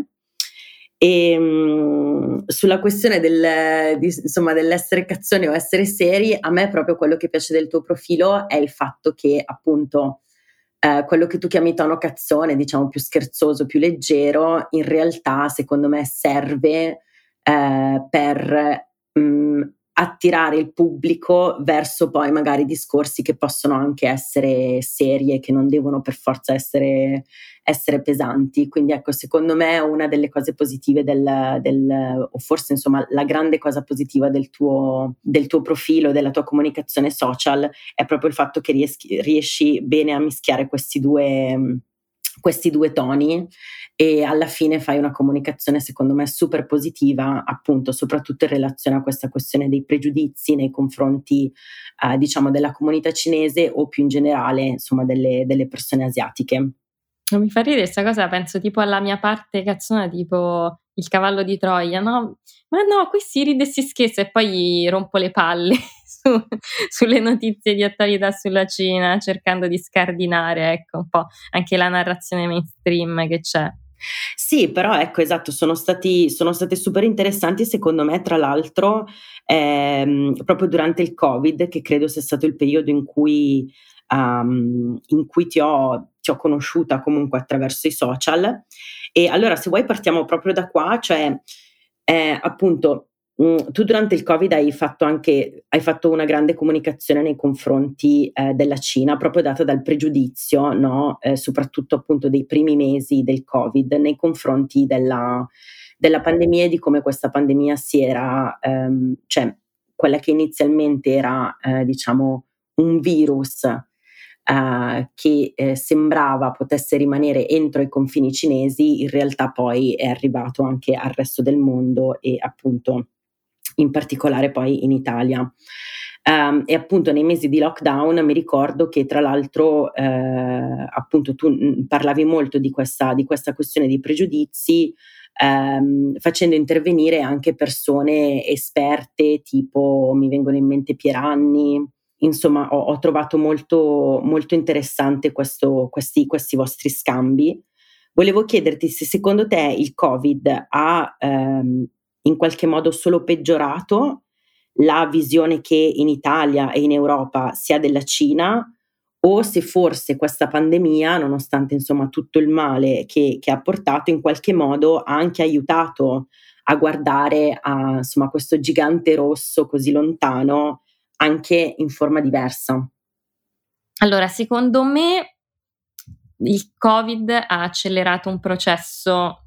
E mh, sulla questione del, di, insomma, dell'essere cazzoni o essere seri, a me proprio quello che piace del tuo profilo è il fatto che appunto eh, quello che tu chiami tono cazzone, diciamo più scherzoso, più leggero, in realtà secondo me serve eh, per mh, attirare il pubblico verso poi magari discorsi che possono anche essere seri e che non devono per forza essere, essere pesanti. Quindi ecco, secondo me una delle cose positive del, del o forse insomma la grande cosa positiva del tuo, del tuo profilo, della tua comunicazione social è proprio il fatto che rieschi, riesci bene a mischiare questi due questi due toni e alla fine fai una comunicazione secondo me super positiva, appunto soprattutto in relazione a questa questione dei pregiudizi nei confronti eh, diciamo della comunità cinese o più in generale insomma delle, delle persone asiatiche. Non mi fa ridere questa cosa, penso tipo alla mia parte cazzona, tipo il cavallo di Troia, no? Ma no, qui si ride e si scherza e poi rompo le palle su, sulle notizie di attualità sulla Cina, cercando di scardinare, ecco, un po' anche la narrazione mainstream che c'è. Sì, però ecco, esatto, sono stati, sono state super interessanti secondo me, tra l'altro, ehm, proprio durante il Covid, che credo sia stato il periodo in cui, um, in cui ti ho, ti ho conosciuta comunque attraverso i social. E allora, se vuoi, partiamo proprio da qua, cioè eh, appunto mh, tu durante il Covid hai fatto anche hai fatto una grande comunicazione nei confronti eh, della Cina, proprio data dal pregiudizio, no? Eh, soprattutto appunto dei primi mesi del Covid nei confronti della, della pandemia e di come questa pandemia si era, ehm, cioè quella che inizialmente era, eh, diciamo, un virus Uh, che eh, sembrava potesse rimanere entro i confini cinesi, in realtà poi è arrivato anche al resto del mondo e appunto in particolare poi in Italia. Um, e appunto nei mesi di lockdown mi ricordo che tra l'altro eh, appunto tu mh, parlavi molto di questa, di questa questione di pregiudizi, ehm, facendo intervenire anche persone esperte, tipo mi vengono in mente Pieranni. Insomma, ho, ho trovato molto, molto interessante questo, questi, questi vostri scambi. Volevo chiederti se secondo te il Covid ha ehm, in qualche modo solo peggiorato la visione che in Italia e in Europa si ha della Cina, o se forse questa pandemia, nonostante insomma tutto il male che, che ha portato, in qualche modo ha anche aiutato a guardare a insomma, questo gigante rosso così lontano anche in forma diversa. Allora, secondo me il Covid ha accelerato un processo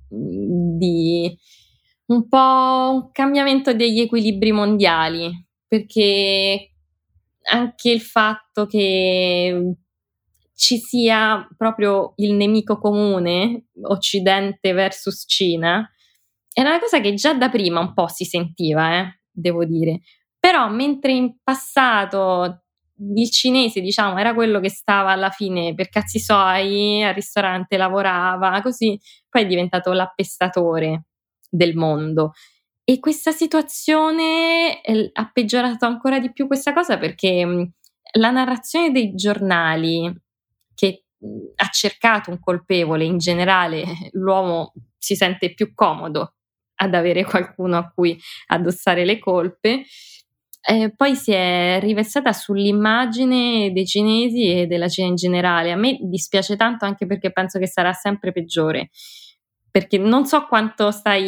di un po' un cambiamento degli equilibri mondiali, perché anche il fatto che ci sia proprio il nemico comune, Occidente versus Cina, era una cosa che già da prima un po' si sentiva, eh, devo dire. Però mentre in passato il cinese, diciamo, era quello che stava alla fine per cazzi suoi, al ristorante lavorava, così poi è diventato l'appestatore del mondo. E questa situazione eh, ha peggiorato ancora di più questa cosa, perché mh, la narrazione dei giornali, che mh, ha cercato un colpevole, in generale l'uomo si sente più comodo ad avere qualcuno a cui addossare le colpe, eh, poi si è riversata sull'immagine dei cinesi e della Cina in generale. A me dispiace tanto, anche perché penso che sarà sempre peggiore, perché non so quanto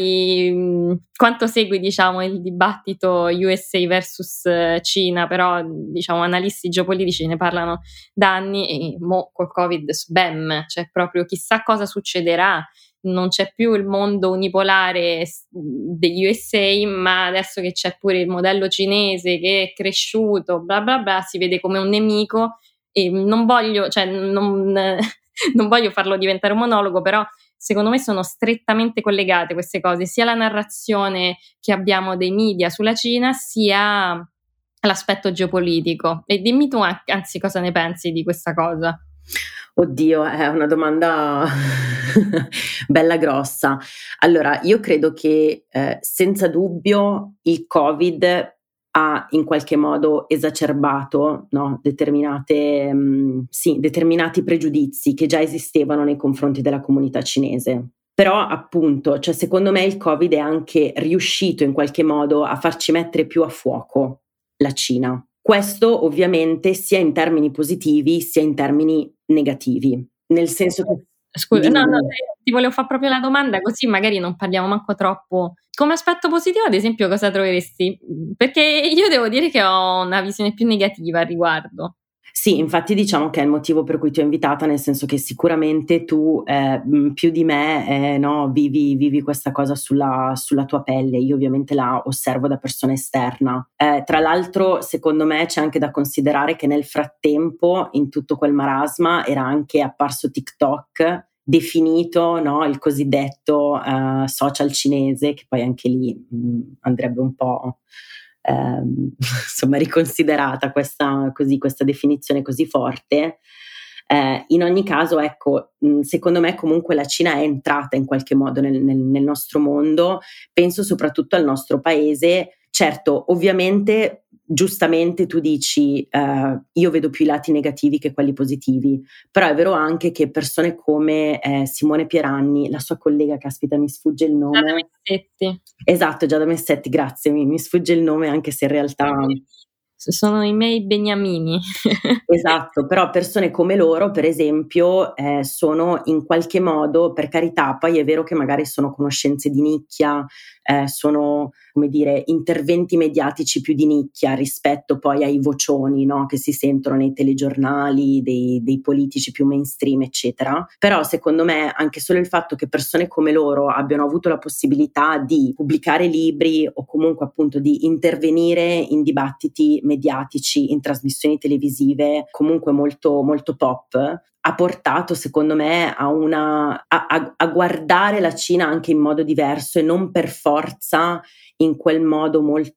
stai, quanto segui, diciamo, il dibattito U S A versus Cina, però diciamo analisti geopolitici ne parlano da anni e mo col Covid sbam, cioè proprio chissà cosa succederà. Non c'è più il mondo unipolare degli U S A, ma adesso che c'è pure il modello cinese che è cresciuto, bla bla bla, si vede come un nemico. E non voglio, cioè non, non voglio farlo diventare un monologo, però secondo me sono strettamente collegate queste cose, sia la narrazione che abbiamo dei media sulla Cina, sia l'aspetto geopolitico. E dimmi tu, anzi, cosa ne pensi di questa cosa? Oddio, è una domanda bella grossa. Allora, io credo che eh, senza dubbio il Covid ha in qualche modo esacerbato, no, determinate, mh, sì, determinati pregiudizi che già esistevano nei confronti della comunità cinese. Però appunto, cioè, secondo me il Covid è anche riuscito in qualche modo a farci mettere più a fuoco la Cina. Questo ovviamente sia in termini positivi sia in termini negativi, nel senso che... Scusa, no, no, ti volevo fare proprio la domanda, così magari non parliamo manco troppo. Come aspetto positivo, ad esempio, cosa troveresti? Perché io devo dire che ho una visione più negativa al riguardo. Sì, infatti diciamo che è il motivo per cui ti ho invitata, nel senso che sicuramente tu eh, più di me eh, no, vivi, vivi questa cosa sulla, sulla tua pelle. Io ovviamente la osservo da persona esterna. Eh, tra l'altro, secondo me c'è anche da considerare che nel frattempo, in tutto quel marasma, era anche apparso TikTok, definito, no, il cosiddetto uh, social cinese, che poi anche lì mh, andrebbe un po' ehm, insomma riconsiderata questa, così, questa definizione così forte. Eh, in ogni caso, ecco, mh, secondo me comunque la Cina è entrata in qualche modo nel, nel, nel nostro mondo, penso soprattutto al nostro paese. Certo, ovviamente giustamente tu dici eh, io vedo più i lati negativi che quelli positivi, però è vero anche che persone come eh, Simone Pieranni, la sua collega, caspita mi sfugge il nome, Giada Messetti. Esatto, Giada Messetti, grazie, mi, mi sfugge il nome anche se in realtà sono i miei beniamini. Esatto, però persone come loro, per esempio, eh, sono in qualche modo, per carità, poi è vero che magari sono conoscenze di nicchia, eh, sono, come dire, interventi mediatici più di nicchia rispetto poi ai vocioni, no, che si sentono nei telegiornali, dei, dei politici più mainstream, eccetera. Però secondo me anche solo il fatto che persone come loro abbiano avuto la possibilità di pubblicare libri o comunque appunto di intervenire in dibattiti mediatici, in trasmissioni televisive, comunque molto, molto pop, ha portato secondo me a, una, a, a, a guardare la Cina anche in modo diverso e non per forza in quel modo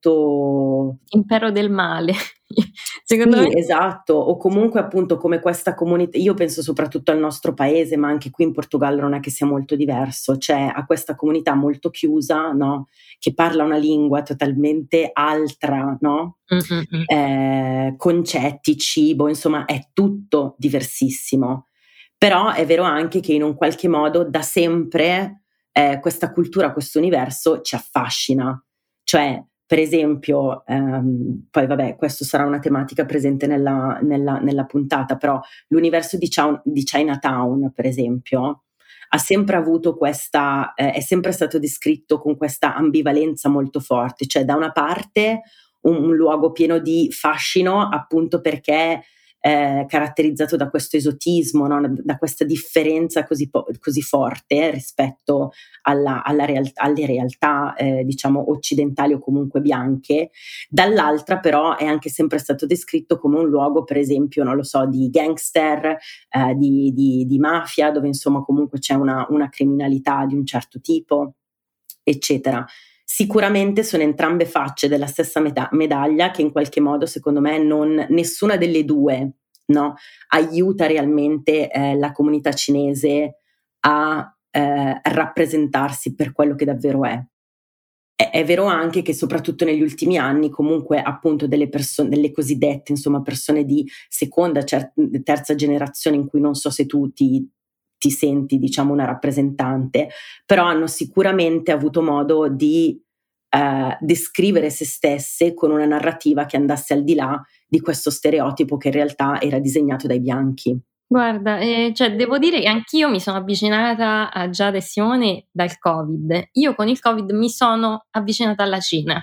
molto impero del male. Secondo sì, me esatto, o comunque appunto come questa comunità, io penso soprattutto al nostro paese, ma anche qui in Portogallo non è che sia molto diverso, cioè a questa comunità molto chiusa, no? Che parla una lingua totalmente altra, no? Mm-hmm. Eh, concetti, cibo, insomma è tutto diversissimo, però è vero anche che in un qualche modo da sempre eh, questa cultura, questo universo ci affascina, cioè per esempio, ehm, poi vabbè, questo sarà una tematica presente nella, nella, nella puntata, però l'universo di, China, di Chinatown, per esempio, ha sempre avuto questa, eh, è sempre stato descritto con questa ambivalenza molto forte, cioè da una parte un, un luogo pieno di fascino, appunto perché Eh, caratterizzato da questo esotismo, no? Da questa differenza così, po- così forte rispetto alla, alla real- alle realtà eh, diciamo occidentali o comunque bianche. Dall'altra però è anche sempre stato descritto come un luogo, per esempio, non lo so, di gangster, eh, di, di, di mafia, dove insomma comunque c'è una, una criminalità di un certo tipo, eccetera. Sicuramente sono entrambe facce della stessa meta- medaglia che in qualche modo secondo me non, nessuna delle due, no, aiuta realmente eh, la comunità cinese a eh, rappresentarsi per quello che davvero è. è. È vero anche che soprattutto negli ultimi anni comunque appunto delle persone, delle cosiddette insomma persone di seconda, cer- terza generazione, in cui non so se tu ti ti senti diciamo una rappresentante, però hanno sicuramente avuto modo di eh, descrivere se stesse con una narrativa che andasse al di là di questo stereotipo che in realtà era disegnato dai bianchi. Guarda, eh, cioè devo dire che anch'io mi sono avvicinata a Giada e Simone dal Covid. Io con il Covid mi sono avvicinata alla Cina,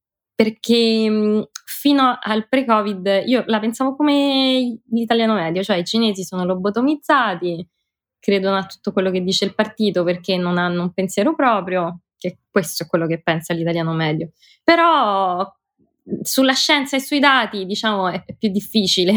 perché mh, fino al pre-Covid io la pensavo come l'italiano medio, cioè i cinesi sono lobotomizzati, credono a tutto quello che dice il partito perché non hanno un pensiero proprio, che questo è quello che pensa l'italiano medio. Però sulla scienza e sui dati, diciamo, è più difficile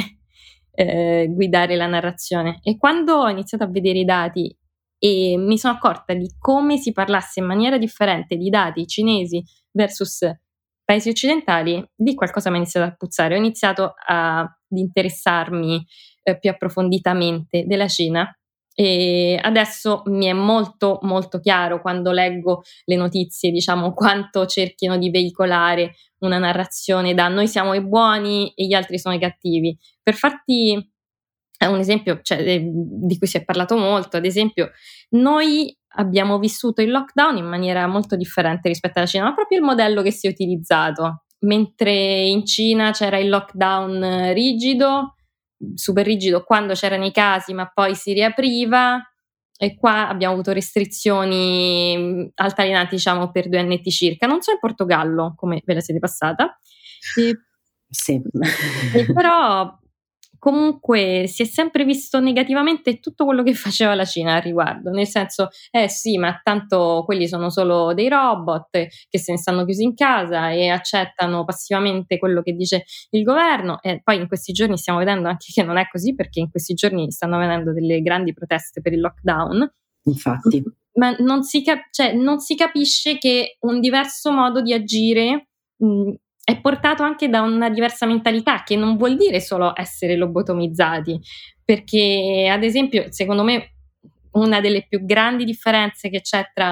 eh, guidare la narrazione. E quando ho iniziato a vedere i dati e mi sono accorta di come si parlasse in maniera differente di dati cinesi versus paesi occidentali, di qualcosa mi ha iniziato a puzzare. Ho iniziato a, ad interessarmi eh, più approfonditamente della Cina. E adesso mi è molto molto chiaro quando leggo le notizie, diciamo, quanto cerchino di veicolare una narrazione da noi siamo i buoni e gli altri sono i cattivi. Per farti un esempio, cioè, di cui si è parlato molto, ad esempio, noi abbiamo vissuto il lockdown in maniera molto differente rispetto alla Cina, ma proprio il modello che si è utilizzato. Mentre in Cina c'era il lockdown rigido, super rigido quando c'erano i casi, ma poi si riapriva, e qua abbiamo avuto restrizioni altalenanti, diciamo, per due annetti circa. Non so in Portogallo come ve la siete passata. E, sì. e però comunque si è sempre visto negativamente tutto quello che faceva la Cina al riguardo, nel senso, eh sì, ma tanto quelli sono solo dei robot che se ne stanno chiusi in casa e accettano passivamente quello che dice il governo. E poi in questi giorni stiamo vedendo anche che non è così, perché in questi giorni stanno avvenendo delle grandi proteste per il lockdown. Infatti. Ma non si, cap- cioè, non si capisce che un diverso modo di agire mh, è portato anche da una diversa mentalità, che non vuol dire solo essere lobotomizzati, perché ad esempio secondo me una delle più grandi differenze che c'è tra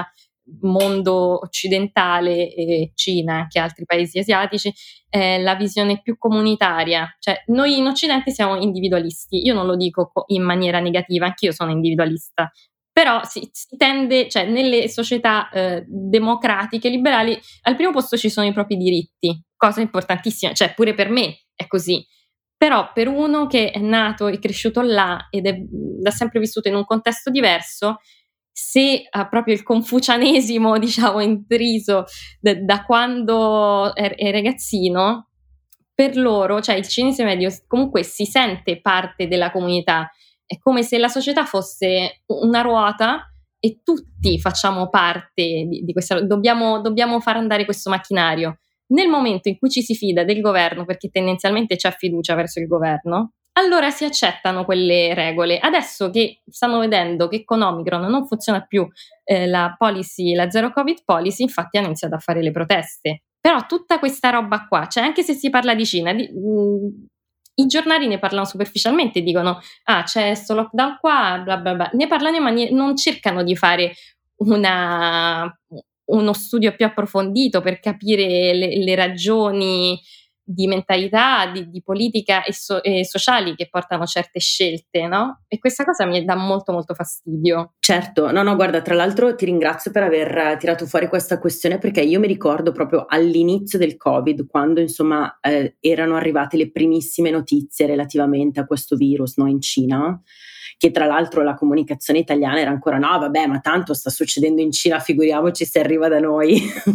mondo occidentale e Cina, anche altri paesi asiatici, è la visione più comunitaria. Cioè, noi in Occidente siamo individualisti, io non lo dico in maniera negativa, anch'io sono individualista, però si, si tende, cioè nelle società eh, democratiche, liberali, al primo posto ci sono i propri diritti, cosa importantissima, cioè pure per me è così. Però per uno che è nato e cresciuto là ed è da sempre vissuto in un contesto diverso, se ha proprio il confucianesimo, diciamo, intriso da, da quando è, è ragazzino, per loro, cioè il cinese medio comunque si sente parte della comunità. È come se la società fosse una ruota e tutti facciamo parte di, di questa, dobbiamo, dobbiamo far andare questo macchinario. Nel momento in cui ci si fida del governo, perché tendenzialmente c'è fiducia verso il governo, allora si accettano quelle regole. Adesso che stanno vedendo che con Omicron non funziona più eh, la policy, la zero covid policy, infatti hanno iniziato a fare le proteste. Però tutta questa roba qua, cioè anche se si parla di Cina, di, mh, i giornali ne parlano superficialmente, dicono ah c'è sto lockdown qua, bla bla bla, ne parlano in maniera, non cercano di fare una, uno studio più approfondito per capire le, le ragioni di mentalità, di, di politica e, so, e sociali che portano certe scelte, no? E questa cosa mi dà molto molto fastidio. Certo, no no guarda, tra l'altro ti ringrazio per aver tirato fuori questa questione, perché io mi ricordo proprio all'inizio del Covid, quando insomma eh, erano arrivate le primissime notizie relativamente a questo virus, no, in Cina, che tra l'altro la comunicazione italiana era ancora no vabbè ma tanto sta succedendo in Cina, figuriamoci se arriva da noi,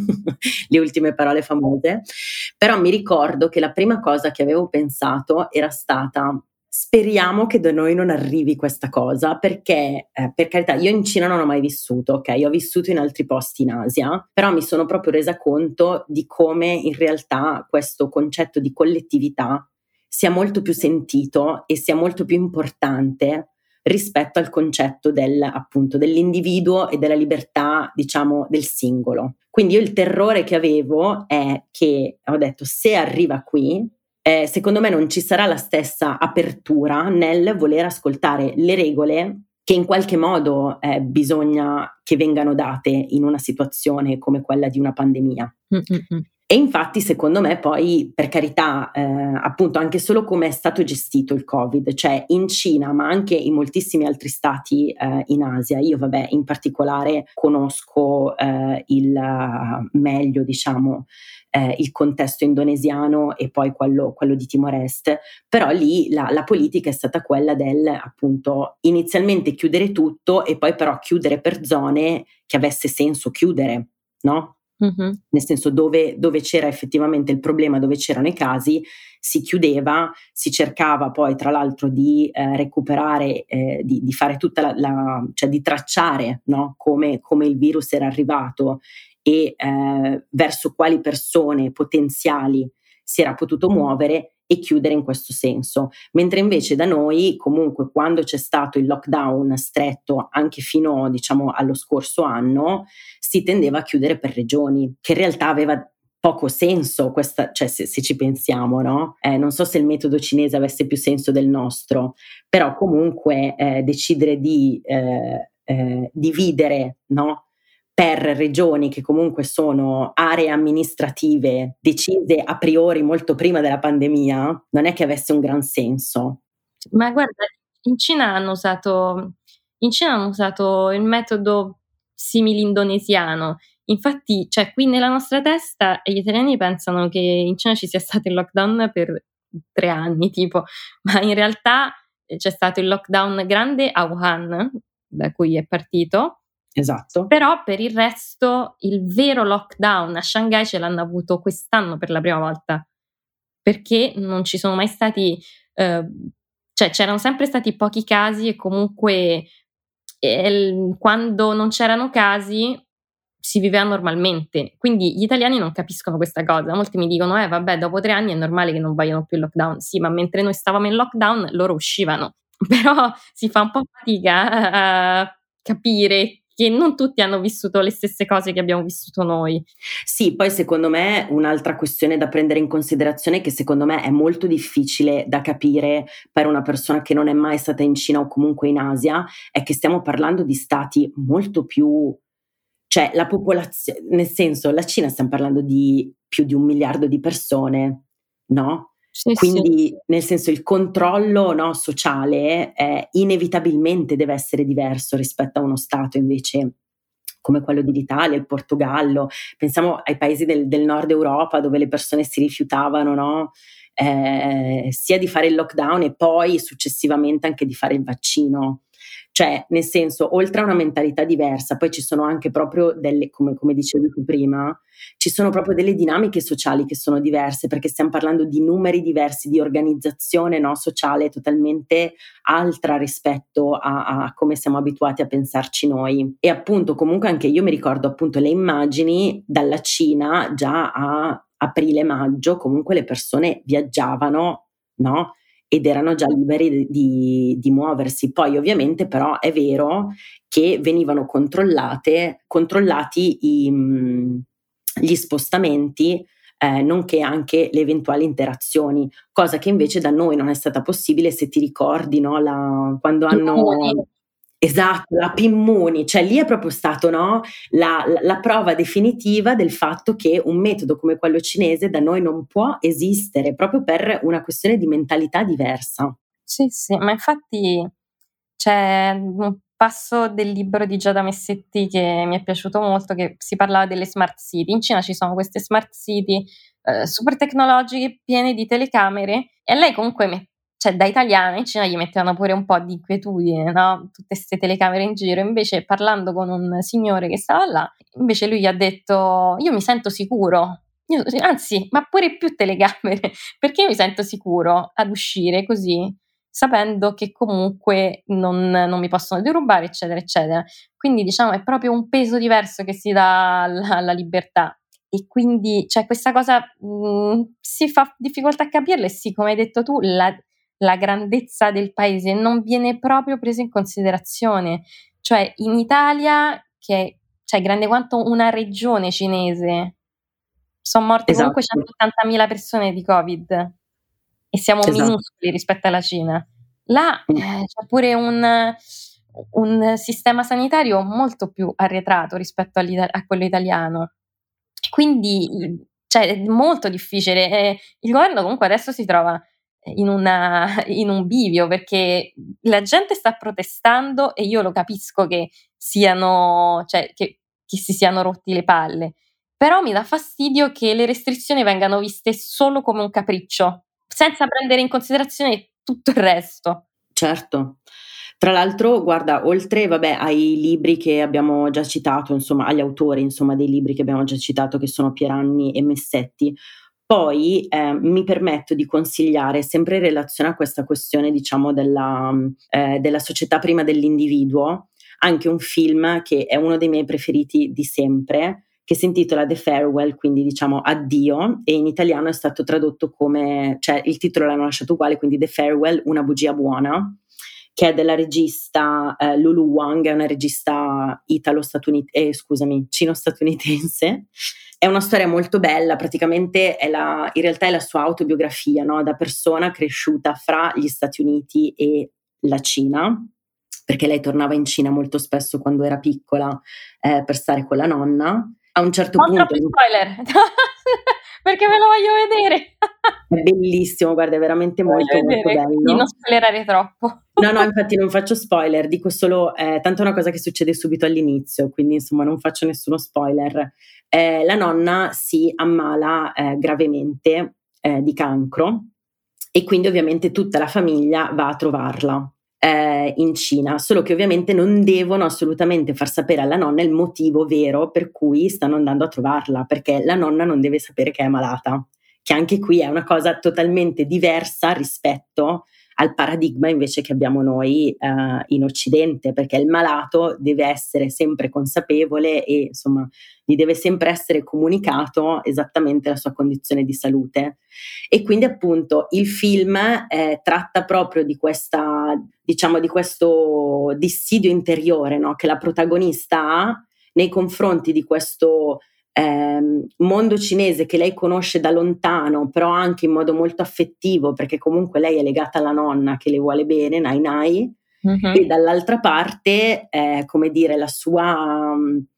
le ultime parole famose. Però mi ricordo che la prima cosa che avevo pensato era stata speriamo che da noi non arrivi questa cosa, perché eh, per carità io in Cina non ho mai vissuto, ok, ho vissuto in altri posti in Asia, però mi sono proprio resa conto di come in realtà questo concetto di collettività sia molto più sentito e sia molto più importante rispetto al concetto del, appunto, dell'individuo e della libertà, diciamo, del singolo. Quindi io il terrore che avevo è che, ho detto, se arriva qui, eh, secondo me non ci sarà la stessa apertura nel voler ascoltare le regole che in qualche modo eh, bisogna che vengano date in una situazione come quella di una pandemia. Mm-hmm. E infatti secondo me poi, per carità, eh, appunto anche solo come è stato gestito il Covid, cioè in Cina ma anche in moltissimi altri stati eh, in Asia, io vabbè in particolare conosco eh, il uh, meglio diciamo eh, il contesto indonesiano e poi quello, quello di Timor Est, però lì la, la politica è stata quella del appunto inizialmente chiudere tutto e poi però chiudere per zone che avesse senso chiudere, no? Mm-hmm. Nel senso dove, dove c'era effettivamente il problema, dove c'erano i casi, si chiudeva, si cercava poi tra l'altro di eh, recuperare, eh, di, di fare tutta la, la cioè di tracciare, no? come, come il virus era arrivato e eh, verso quali persone potenziali si era potuto muovere e chiudere in questo senso, mentre invece da noi comunque quando c'è stato il lockdown stretto anche fino diciamo allo scorso anno si tendeva a chiudere per regioni, che in realtà aveva poco senso questa, cioè se, se ci pensiamo, no? Eh, non so se il metodo cinese avesse più senso del nostro, però comunque eh, decidere di eh, eh, dividere, no? Per regioni che comunque sono aree amministrative decise a priori molto prima della pandemia, non è che avesse un gran senso. Ma guarda, in Cina hanno usato, in Cina hanno usato il metodo simile indonesiano. Infatti, cioè, qui nella nostra testa gli italiani pensano che in Cina ci sia stato il lockdown per tre anni, tipo, ma in realtà c'è stato il lockdown grande a Wuhan, da cui è partito. Esatto. Però per il resto il vero lockdown a Shanghai ce l'hanno avuto quest'anno per la prima volta, perché non ci sono mai stati, eh, cioè c'erano sempre stati pochi casi e comunque eh, quando non c'erano casi si viveva normalmente, quindi gli italiani non capiscono questa cosa. Molti mi dicono eh vabbè dopo tre anni è normale che non vogliano più il lockdown. Sì, ma mentre noi stavamo in lockdown loro uscivano, però si fa un po' fatica a capire che non tutti hanno vissuto le stesse cose che abbiamo vissuto noi. Sì, poi secondo me un'altra questione da prendere in considerazione, che secondo me è molto difficile da capire per una persona che non è mai stata in Cina o comunque in Asia, è che stiamo parlando di stati molto più cioè la popolazione, nel senso, la Cina stiamo parlando di più di un miliardo di persone, no? Sì, Quindi, sì. nel senso, il controllo, no, sociale eh, inevitabilmente deve essere diverso rispetto a uno Stato invece come quello dell'Italia, il Portogallo. Pensiamo ai paesi del, del nord Europa dove le persone si rifiutavano, no? Eh, sia di fare il lockdown e poi successivamente anche di fare il vaccino. Cioè, nel senso, oltre a una mentalità diversa, poi ci sono anche proprio delle, come, come dicevi tu prima, ci sono proprio delle dinamiche sociali che sono diverse, perché stiamo parlando di numeri diversi, di organizzazione, no, sociale totalmente altra rispetto a, a come siamo abituati a pensarci noi. E appunto, comunque anche io mi ricordo appunto le immagini dalla Cina già a aprile-maggio, comunque le persone viaggiavano, no? Ed erano già liberi di, di, di muoversi. Poi ovviamente però è vero che venivano controllate, controllati i, gli spostamenti, eh, nonché anche le eventuali interazioni, cosa che invece da noi non è stata possibile, se ti ricordi, no? La, quando Immuni. hanno... Esatto, la Pimmuni, cioè lì è proprio stato, no, la, la, la prova definitiva del fatto che un metodo come quello cinese da noi non può esistere, proprio per una questione di mentalità diversa. Sì, sì, ma infatti c'è un passo del libro di Giada Messetti che mi è piaciuto molto, che si parlava delle smart city. In Cina ci sono queste smart city eh, super tecnologiche, piene di telecamere, e lei comunque, me- cioè da italiana in Cina gli mettevano pure un po' di inquietudine, no? Tutte queste telecamere in giro. Invece, parlando con un signore che stava là, invece lui gli ha detto: io mi sento sicuro. Io, anzi, ma pure più telecamere, perché io mi sento sicuro ad uscire così, sapendo che comunque non, non mi possono derubare, eccetera, eccetera. Quindi diciamo è proprio un peso diverso che si dà alla, alla libertà. E quindi cioè, questa cosa mh, si fa difficoltà a capirla, e sì, come hai detto tu, la, la grandezza del paese non viene proprio presa in considerazione. Cioè in Italia, che cioè, è grande quanto una regione cinese, sono morte comunque Esatto, centottantamila persone di Covid e siamo esatto. minuscoli rispetto alla Cina. Là Mm. eh, c'è pure un, un sistema sanitario molto più arretrato rispetto a quello italiano. Quindi cioè, è molto difficile. Eh, il governo comunque adesso si trova in, una, in un bivio, perché la gente sta protestando e io lo capisco che siano, cioè, che, che si siano rotti le palle. Però mi dà fastidio che le restrizioni vengano viste solo come un capriccio, senza prendere in considerazione tutto il resto. Certo. Tra l'altro, guarda, oltre vabbè, ai libri che abbiamo già citato, insomma, agli autori, insomma, dei libri che abbiamo già citato, che sono Pieranni e Messetti, poi eh, mi permetto di consigliare, sempre in relazione a questa questione, diciamo, della, eh, della società prima dell'individuo, anche un film che è uno dei miei preferiti di sempre, che si intitola The Farewell, quindi diciamo addio, e in italiano è stato tradotto come, cioè il titolo l'hanno lasciato uguale, quindi The Farewell, una bugia buona, che è della regista eh, Lulu Wang, è una regista italo-statunitense, eh, scusami, cino-statunitense. È una storia molto bella, praticamente è la, in realtà è la sua autobiografia, no? Da persona cresciuta fra gli Stati Uniti e la Cina, perché lei tornava in Cina molto spesso quando era piccola eh, per stare con la nonna. A un certo Non punto... troppi spoiler, perché me lo voglio vedere. È bellissimo, guarda, è veramente Lo voglio molto molto vedere, quindi non bello. spoilerare troppo. No, no, infatti non faccio spoiler, dico solo, eh, tanto è una cosa che succede subito all'inizio, quindi insomma non faccio nessuno spoiler. Eh, la nonna si ammala eh, gravemente eh, di cancro e quindi ovviamente tutta la famiglia va a trovarla eh, in Cina, solo che ovviamente non devono assolutamente far sapere alla nonna il motivo vero per cui stanno andando a trovarla, perché la nonna non deve sapere che è malata, che anche qui è una cosa totalmente diversa rispetto al paradigma invece che abbiamo noi eh, in Occidente, perché il malato deve essere sempre consapevole e insomma gli deve sempre essere comunicato esattamente la sua condizione di salute. E quindi appunto il film eh, tratta proprio di questa, diciamo, di questo dissidio interiore, no? Che la protagonista ha nei confronti di questo ehm, mondo cinese che lei conosce da lontano, però anche in modo molto affettivo, perché comunque lei è legata alla nonna che le vuole bene, Nai Nai, Mm-hmm. e dall'altra parte, eh, come dire, la sua,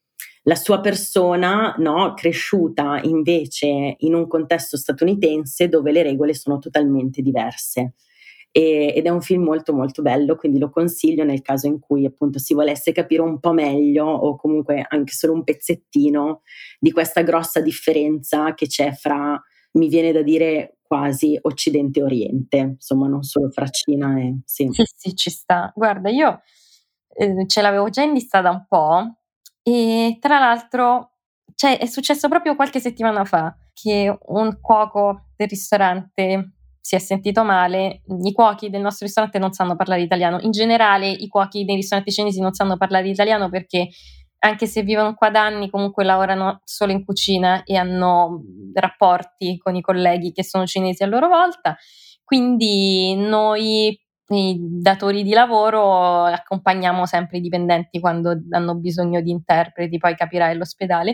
la sua persona, no, cresciuta invece in un contesto statunitense dove le regole sono totalmente diverse. E, ed è un film molto molto bello, quindi lo consiglio nel caso in cui appunto si volesse capire un po' meglio o comunque anche solo un pezzettino di questa grossa differenza che c'è fra, mi viene da dire, quasi Occidente e Oriente, insomma non solo fra Cina e... Sì, sì, sì, ci sta. Guarda, io eh, ce l'avevo già in lista da un po' e tra l'altro, cioè, è successo proprio qualche settimana fa che un cuoco del ristorante si è sentito male. I cuochi del nostro ristorante non sanno parlare italiano. In generale i cuochi dei ristoranti cinesi non sanno parlare italiano perché anche se vivono qua da anni comunque lavorano solo in cucina e hanno rapporti con i colleghi che sono cinesi a loro volta. Quindi noi, i datori di lavoro, accompagniamo sempre i dipendenti quando hanno bisogno di interpreti, poi capirai all'ospedale.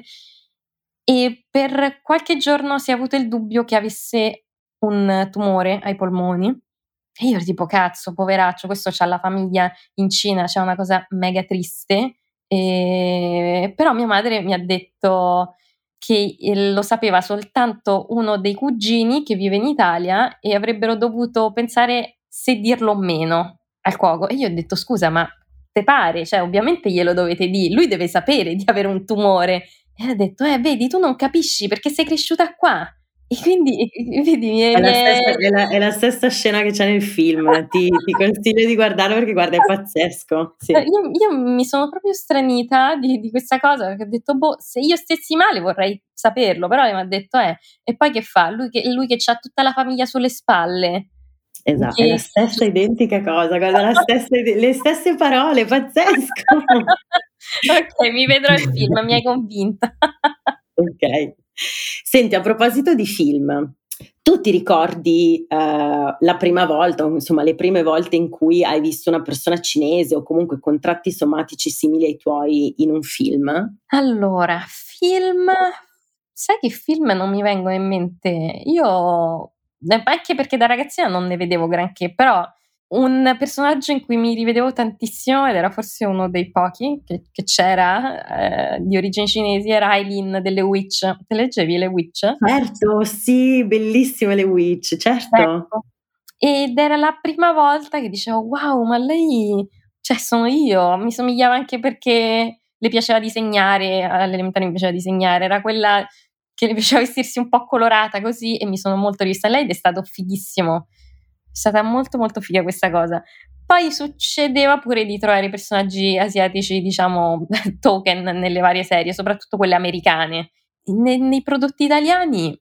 E per qualche giorno si è avuto il dubbio che avesse un tumore ai polmoni. E io ero tipo, cazzo, poveraccio, questo c'ha la famiglia in Cina, c'è una cosa mega triste. E... Però mia madre mi ha detto che lo sapeva soltanto uno dei cugini che vive in Italia e avrebbero dovuto pensare se dirlo o meno al cuoco. E io ho detto, scusa, ma te pare? Cioè, ovviamente glielo dovete dire, lui deve sapere di avere un tumore. E ha detto, eh, vedi, tu non capisci perché sei cresciuta qua. E quindi, vedi, mi è, la è... stessa, è, la, è la stessa scena che c'è nel film, ti, ti consiglio di guardarlo perché guarda, è pazzesco. Sì. Io, io mi sono proprio stranita di, di questa cosa, perché ho detto, boh, se io stessi male vorrei saperlo, però mi ha detto, eh, e poi che fa? Lui che, lui che ha tutta la famiglia sulle spalle. Esatto, Che... è la stessa identica cosa, guarda, la stessa, le stesse parole, pazzesco. Ok, mi vedrò il film, mi hai convinta. Ok. Senti, a proposito di film, tu ti ricordi uh, la prima volta, o insomma le prime volte in cui hai visto una persona cinese o comunque con tratti somatici simili ai tuoi in un film? Allora, film... Sai che film non mi vengono in mente? Io, anche perché da ragazzina non ne vedevo granché, però un personaggio in cui mi rivedevo tantissimo, ed era forse uno dei pochi che, che c'era, eh, di origini cinesi, era Aileen delle Witch. Te leggevi le Witch? Certo, sì, bellissime le Witch, certo. Ecco. Ed era la prima volta che dicevo, wow, ma lei, cioè sono io, mi somigliava anche perché le piaceva disegnare, all'elementare mi piaceva disegnare, era quella che le piaceva vestirsi un po' colorata così e mi sono molto rivista a lei ed è stato fighissimo. È stata molto molto figa questa cosa. Poi succedeva pure di trovare personaggi asiatici, diciamo, token nelle varie serie, soprattutto quelle americane. Ne, nei prodotti italiani,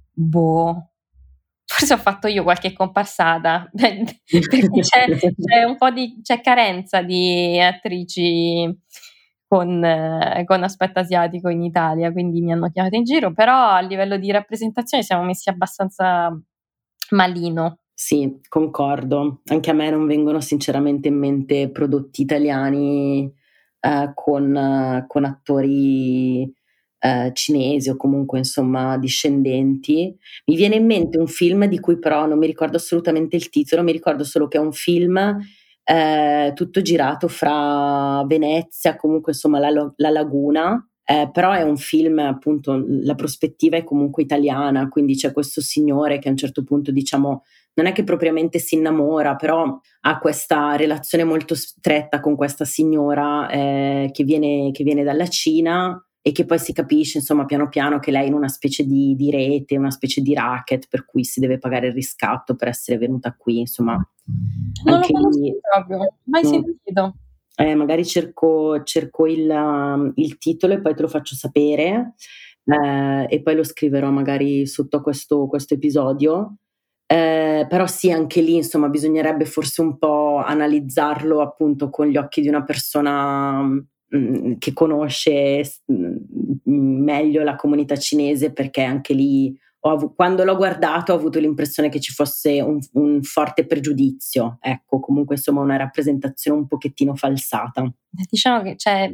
boh, forse ho fatto io qualche comparsata, perché c'è, c'è un po' di c'è carenza di attrici con, eh, con aspetto asiatico in Italia, quindi mi hanno chiamato in giro, però a livello di rappresentazione siamo messi abbastanza malino. Sì, concordo. Anche a me non vengono sinceramente in mente prodotti italiani eh, con, eh, con attori eh, cinesi o comunque insomma discendenti. Mi viene in mente un film di cui però non mi ricordo assolutamente il titolo, mi ricordo solo che è un film eh, tutto girato fra Venezia, comunque insomma la, la laguna. Eh, però è un film, appunto, la prospettiva è comunque italiana, quindi c'è questo signore che a un certo punto, diciamo, non è che propriamente si innamora, però ha questa relazione molto stretta con questa signora eh, che, viene, che viene dalla Cina e che poi si capisce, insomma, piano piano che lei è in una specie di, di rete, una specie di racket per cui si deve pagare il riscatto per essere venuta qui, insomma. Non lo conosco lì, proprio, mai no. sentito. Eh, magari cerco, cerco il, um, il titolo e poi te lo faccio sapere eh, e poi lo scriverò magari sotto questo, questo episodio. Eh, però sì, anche lì insomma bisognerebbe forse un po' analizzarlo appunto con gli occhi di una persona mh, che conosce mh, meglio la comunità cinese, perché anche lì ho avu- quando l'ho guardato ho avuto l'impressione che ci fosse un, un forte pregiudizio, ecco, comunque insomma una rappresentazione un pochettino falsata. Diciamo che cioè,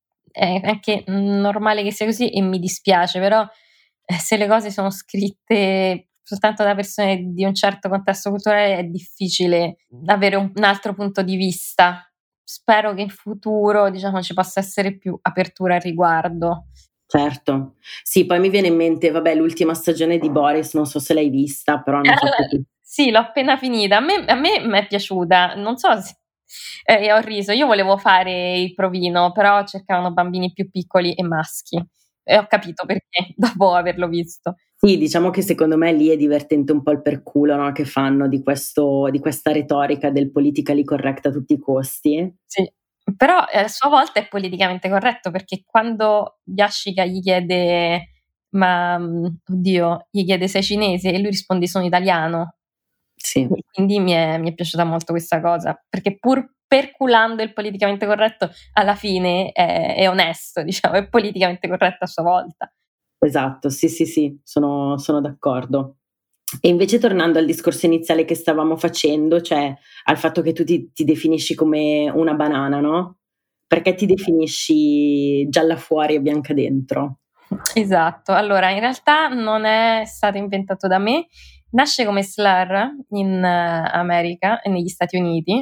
è anche normale che sia così e mi dispiace, però se le cose sono scritte soltanto da persone di un certo contesto culturale è difficile avere un, un altro punto di vista spero che in futuro, diciamo, ci possa essere più apertura al riguardo. Certo, sì, poi mi viene in mente, vabbè, l'ultima stagione di Boris, non so se l'hai vista, però hanno fatto tutto. Sì, l'ho appena finita. A me, a me m'è piaciuta, non so se eh, ho riso. Io volevo fare il provino, però cercavano bambini più piccoli e maschi. E ho capito perché dopo averlo visto. Sì, diciamo che secondo me lì è divertente un po' il perculo, no, che fanno di questo, di questa retorica del politically correct a tutti i costi. Sì, però eh, a sua volta è politicamente corretto, perché quando Yashika gli chiede ma mm, oddio, gli chiede sei cinese e lui risponde sono italiano. Sì. Quindi mi è, mi è piaciuta molto questa cosa, perché pur perculando il politicamente corretto, alla fine è, è onesto, diciamo, è politicamente corretto a sua volta. Esatto, sì, sì, sì, sono, sono d'accordo. E invece tornando al discorso iniziale che stavamo facendo, cioè al fatto che tu ti, ti definisci come una banana, no? Perché ti definisci gialla fuori e bianca dentro? Esatto, allora in realtà non è stato inventato da me, nasce come slur in uh, America e negli Stati Uniti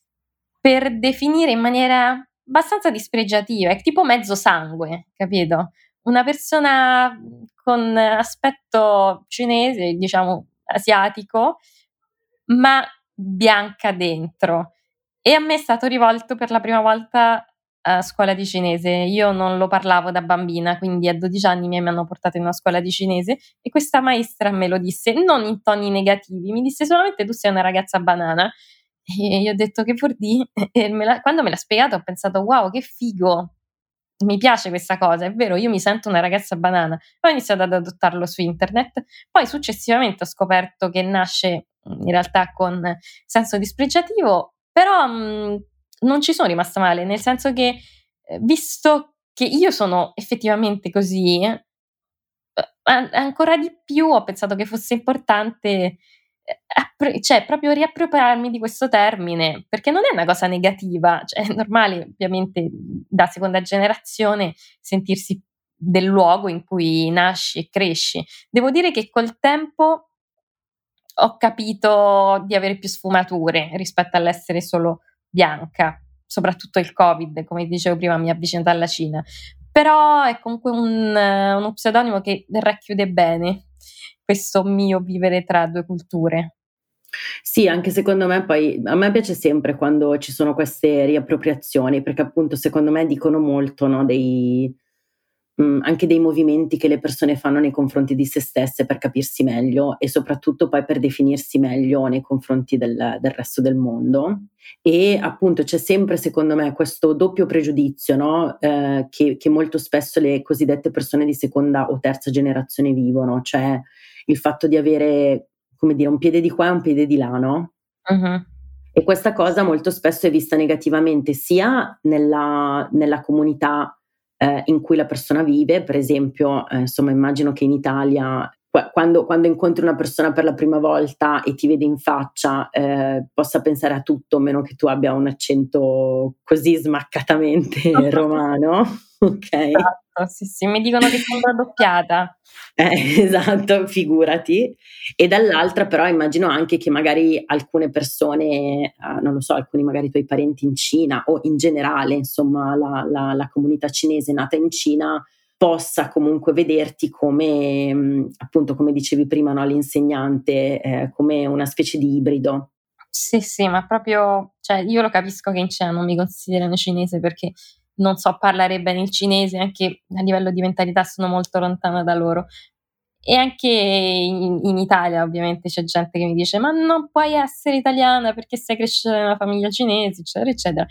per definire in maniera abbastanza dispregiativa, è tipo mezzo sangue, capito? Una persona con aspetto cinese, diciamo asiatico, ma bianca dentro. E a me è stato rivolto per la prima volta a scuola di cinese. Io non lo parlavo da bambina, quindi a dodici anni mi hanno portato in una scuola di cinese e questa maestra me lo disse, non in toni negativi, mi disse solamente tu sei una ragazza banana. E io ho detto che vuol dire? E me la, quando me l'ha spiegato ho pensato wow, che figo, mi piace questa cosa, è vero, io mi sento una ragazza banana. Poi ho iniziato ad adottarlo su internet, poi successivamente ho scoperto che nasce in realtà con senso dispregiativo, però mh, non ci sono rimasta male, nel senso che eh, visto che io sono effettivamente così, eh, ancora di più ho pensato che fosse importante Appro- cioè proprio riappropriarmi di questo termine, perché non è una cosa negativa, cioè è normale ovviamente da seconda generazione sentirsi del luogo in cui nasci e cresci. Devo dire che col tempo ho capito di avere più sfumature rispetto all'essere solo bianca, soprattutto il Covid, come dicevo prima, mi ha avvicinato alla Cina, però è comunque un, uno pseudonimo che racchiude bene questo mio vivere tra due culture. Sì, anche secondo me poi a me piace sempre quando ci sono queste riappropriazioni, perché appunto secondo me dicono molto, no, dei, mh, anche dei movimenti che le persone fanno nei confronti di se stesse per capirsi meglio e soprattutto poi per definirsi meglio nei confronti del, del resto del mondo. E appunto c'è sempre secondo me questo doppio pregiudizio, no, eh, che, che molto spesso le cosiddette persone di seconda o terza generazione vivono, cioè il fatto di avere, come dire, un piede di qua e un piede di là, no? Uh-huh. E questa cosa molto spesso è vista negativamente sia nella, nella comunità eh, in cui la persona vive, per esempio, eh, insomma, immagino che in Italia qu- quando, quando incontri una persona per la prima volta e ti vede in faccia eh, possa pensare a tutto meno che tu abbia un accento così smaccatamente romano, ok? Esatto, sì, sì, mi dicono che sembra doppiata. Eh, esatto, figurati. E dall'altra però immagino anche che magari alcune persone, eh, non lo so, alcuni magari tuoi parenti in Cina o in generale, insomma, la, la, la comunità cinese nata in Cina possa comunque vederti come, mh, appunto, come dicevi prima, no, l'insegnante, eh, come una specie di ibrido. Sì, sì, ma proprio, cioè io lo capisco che in Cina non mi considerano cinese perché non so parlare bene il cinese, anche a livello di mentalità sono molto lontana da loro. E anche in, in Italia ovviamente c'è gente che mi dice ma non puoi essere italiana perché sei cresciuta in una famiglia cinese, eccetera, eccetera.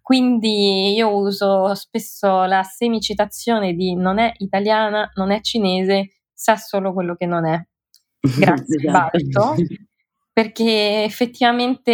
Quindi io uso spesso la semicitazione di non è italiana, non è cinese, sa solo quello che non è. Grazie, Esatto. Balto, perché effettivamente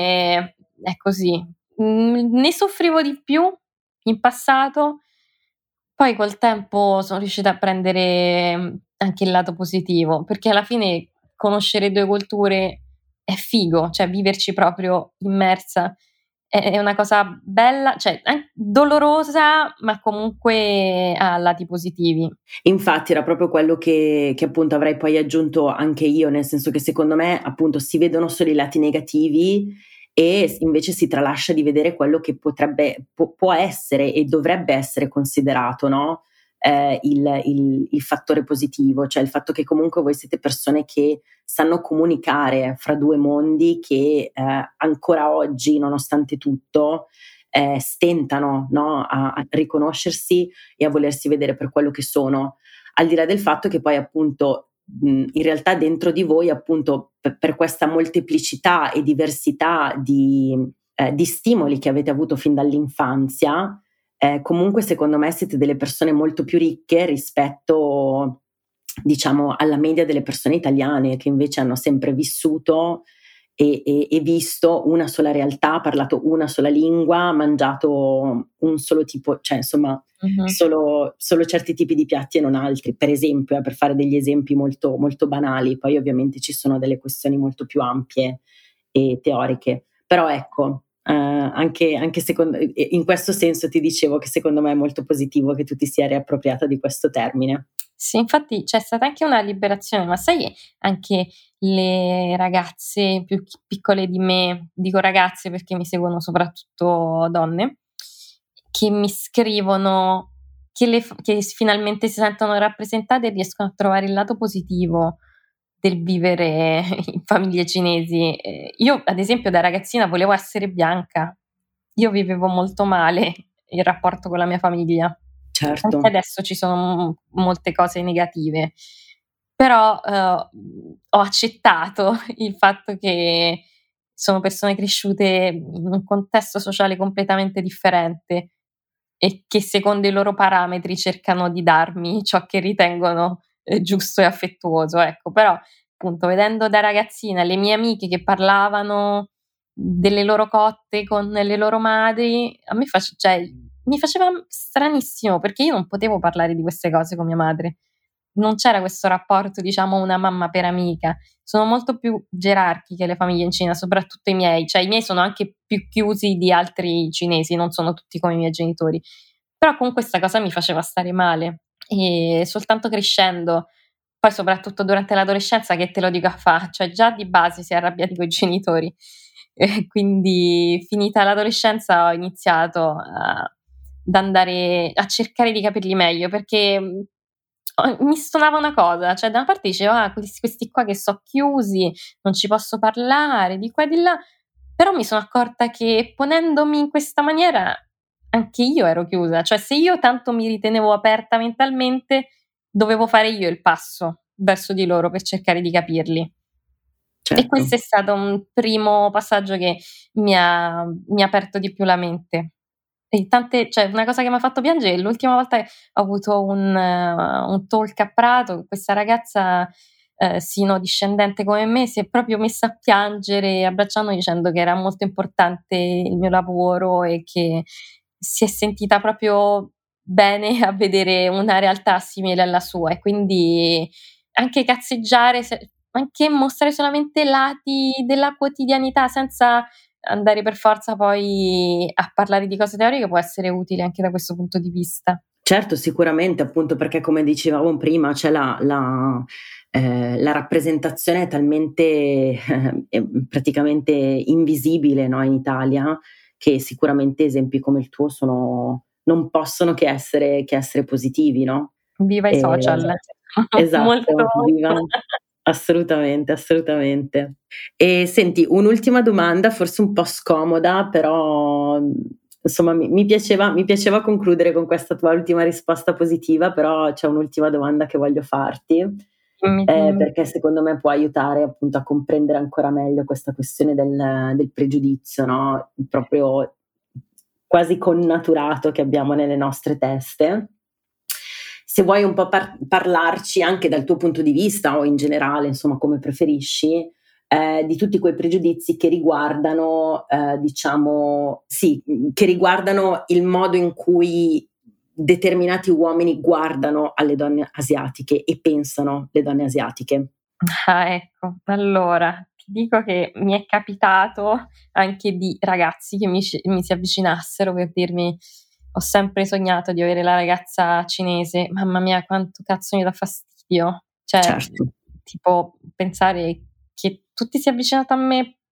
è così. Mm, ne soffrivo di più in passato, poi col tempo sono riuscita a prendere anche il lato positivo, perché alla fine conoscere due culture è figo, cioè viverci proprio immersa è, è una cosa bella, cioè anche dolorosa, ma comunque ha lati positivi. Infatti era proprio quello che, che appunto avrei poi aggiunto anche io, nel senso che secondo me appunto si vedono solo i lati negativi e invece si tralascia di vedere quello che potrebbe, può, può essere e dovrebbe essere considerato, no? Eh, il, il, il fattore positivo, cioè il fatto che comunque voi siete persone che sanno comunicare fra due mondi che eh, ancora oggi, nonostante tutto, eh, stentano, no? a, a riconoscersi e a volersi vedere per quello che sono, al di là del fatto che poi appunto in realtà dentro di voi appunto per, per questa molteplicità e diversità di, eh, di stimoli che avete avuto fin dall'infanzia, eh, comunque secondo me siete delle persone molto più ricche rispetto, diciamo, alla media delle persone italiane, che invece hanno sempre vissuto e, e, e visto una sola realtà, parlato una sola lingua, mangiato un solo tipo, cioè insomma uh-huh. solo, solo certi tipi di piatti e non altri, per esempio, eh, per fare degli esempi molto, molto banali. Poi ovviamente ci sono delle questioni molto più ampie e teoriche, però ecco, eh, anche, anche secondo, in questo senso ti dicevo che secondo me è molto positivo che tu ti sia riappropriata di questo termine. Sì, infatti c'è stata anche una liberazione, ma sai, anche le ragazze più piccole di me, dico ragazze perché mi seguono soprattutto donne, che mi scrivono che, le, che finalmente si sentono rappresentate e riescono a trovare il lato positivo del vivere in famiglie cinesi. Io, ad esempio, da ragazzina volevo essere bianca, io vivevo molto male il rapporto con la mia famiglia. Certo. Anche adesso ci sono m- molte cose negative, però eh, ho accettato il fatto che sono persone cresciute in un contesto sociale completamente differente e che secondo i loro parametri cercano di darmi ciò che ritengono eh, giusto e affettuoso, ecco. Però appunto vedendo da ragazzina le mie amiche che parlavano delle loro cotte con le loro madri, a me face- cioè, mi faceva stranissimo perché io non potevo parlare di queste cose con mia madre. Non c'era questo rapporto, diciamo, una mamma per amica. Sono molto più gerarchiche le famiglie in Cina, soprattutto i miei. Cioè i miei sono anche più chiusi di altri cinesi, non sono tutti come i miei genitori. Però comunque questa cosa mi faceva stare male. E soltanto crescendo, poi soprattutto durante l'adolescenza, che te lo dico a fa, cioè già di base si è arrabbiati con i genitori. E quindi finita l'adolescenza ho iniziato a, ad andare a cercare di capirli meglio, perché mi stonava una cosa, cioè da una parte dicevo ah, questi, questi qua che so chiusi, non ci posso parlare di qua e di là, però mi sono accorta che ponendomi in questa maniera anche io ero chiusa, cioè se io tanto mi ritenevo aperta mentalmente dovevo fare io il passo verso di loro per cercare di capirli. Certo. E questo è stato un primo passaggio che mi ha, mi ha aperto di più la mente. E tante, cioè una cosa che mi ha fatto piangere, l'ultima volta che ho avuto un, uh, un talk a Prato, questa ragazza uh, sino discendente come me si è proprio messa a piangere abbracciandomi dicendo che era molto importante il mio lavoro e che si è sentita proprio bene a vedere una realtà simile alla sua, e quindi anche cazzeggiare, anche mostrare solamente lati della quotidianità senza andare per forza poi a parlare di cose teoriche può essere utile anche da questo punto di vista. Certo, sicuramente, appunto perché come dicevamo prima c'è la, la, eh, la rappresentazione è talmente eh, praticamente invisibile, no, in Italia, che sicuramente esempi come il tuo sono, non possono che essere, che essere positivi, no? Viva i e, social! Esatto, Molto. viva. Assolutamente, assolutamente. E senti, un'ultima domanda, forse un po' scomoda, però insomma mi, mi, piaceva, mi piaceva concludere con questa tua ultima risposta positiva, però c'è un'ultima domanda che voglio farti, eh, perché secondo me può aiutare appunto a comprendere ancora meglio questa questione del, del pregiudizio, no? Proprio quasi connaturato che abbiamo nelle nostre teste. Se vuoi un po' par- parlarci anche dal tuo punto di vista o in generale, insomma, come preferisci, eh, di tutti quei pregiudizi che riguardano, eh, diciamo, sì, che riguardano il modo in cui determinati uomini guardano alle donne asiatiche e pensano le donne asiatiche. Ah, ecco, allora ti dico che mi è capitato anche di ragazzi che mi, mi si avvicinassero per dirmi ho sempre sognato di avere la ragazza cinese, mamma mia quanto cazzo mi dà fastidio, cioè certo. Tipo pensare che tutti si avvicinano a me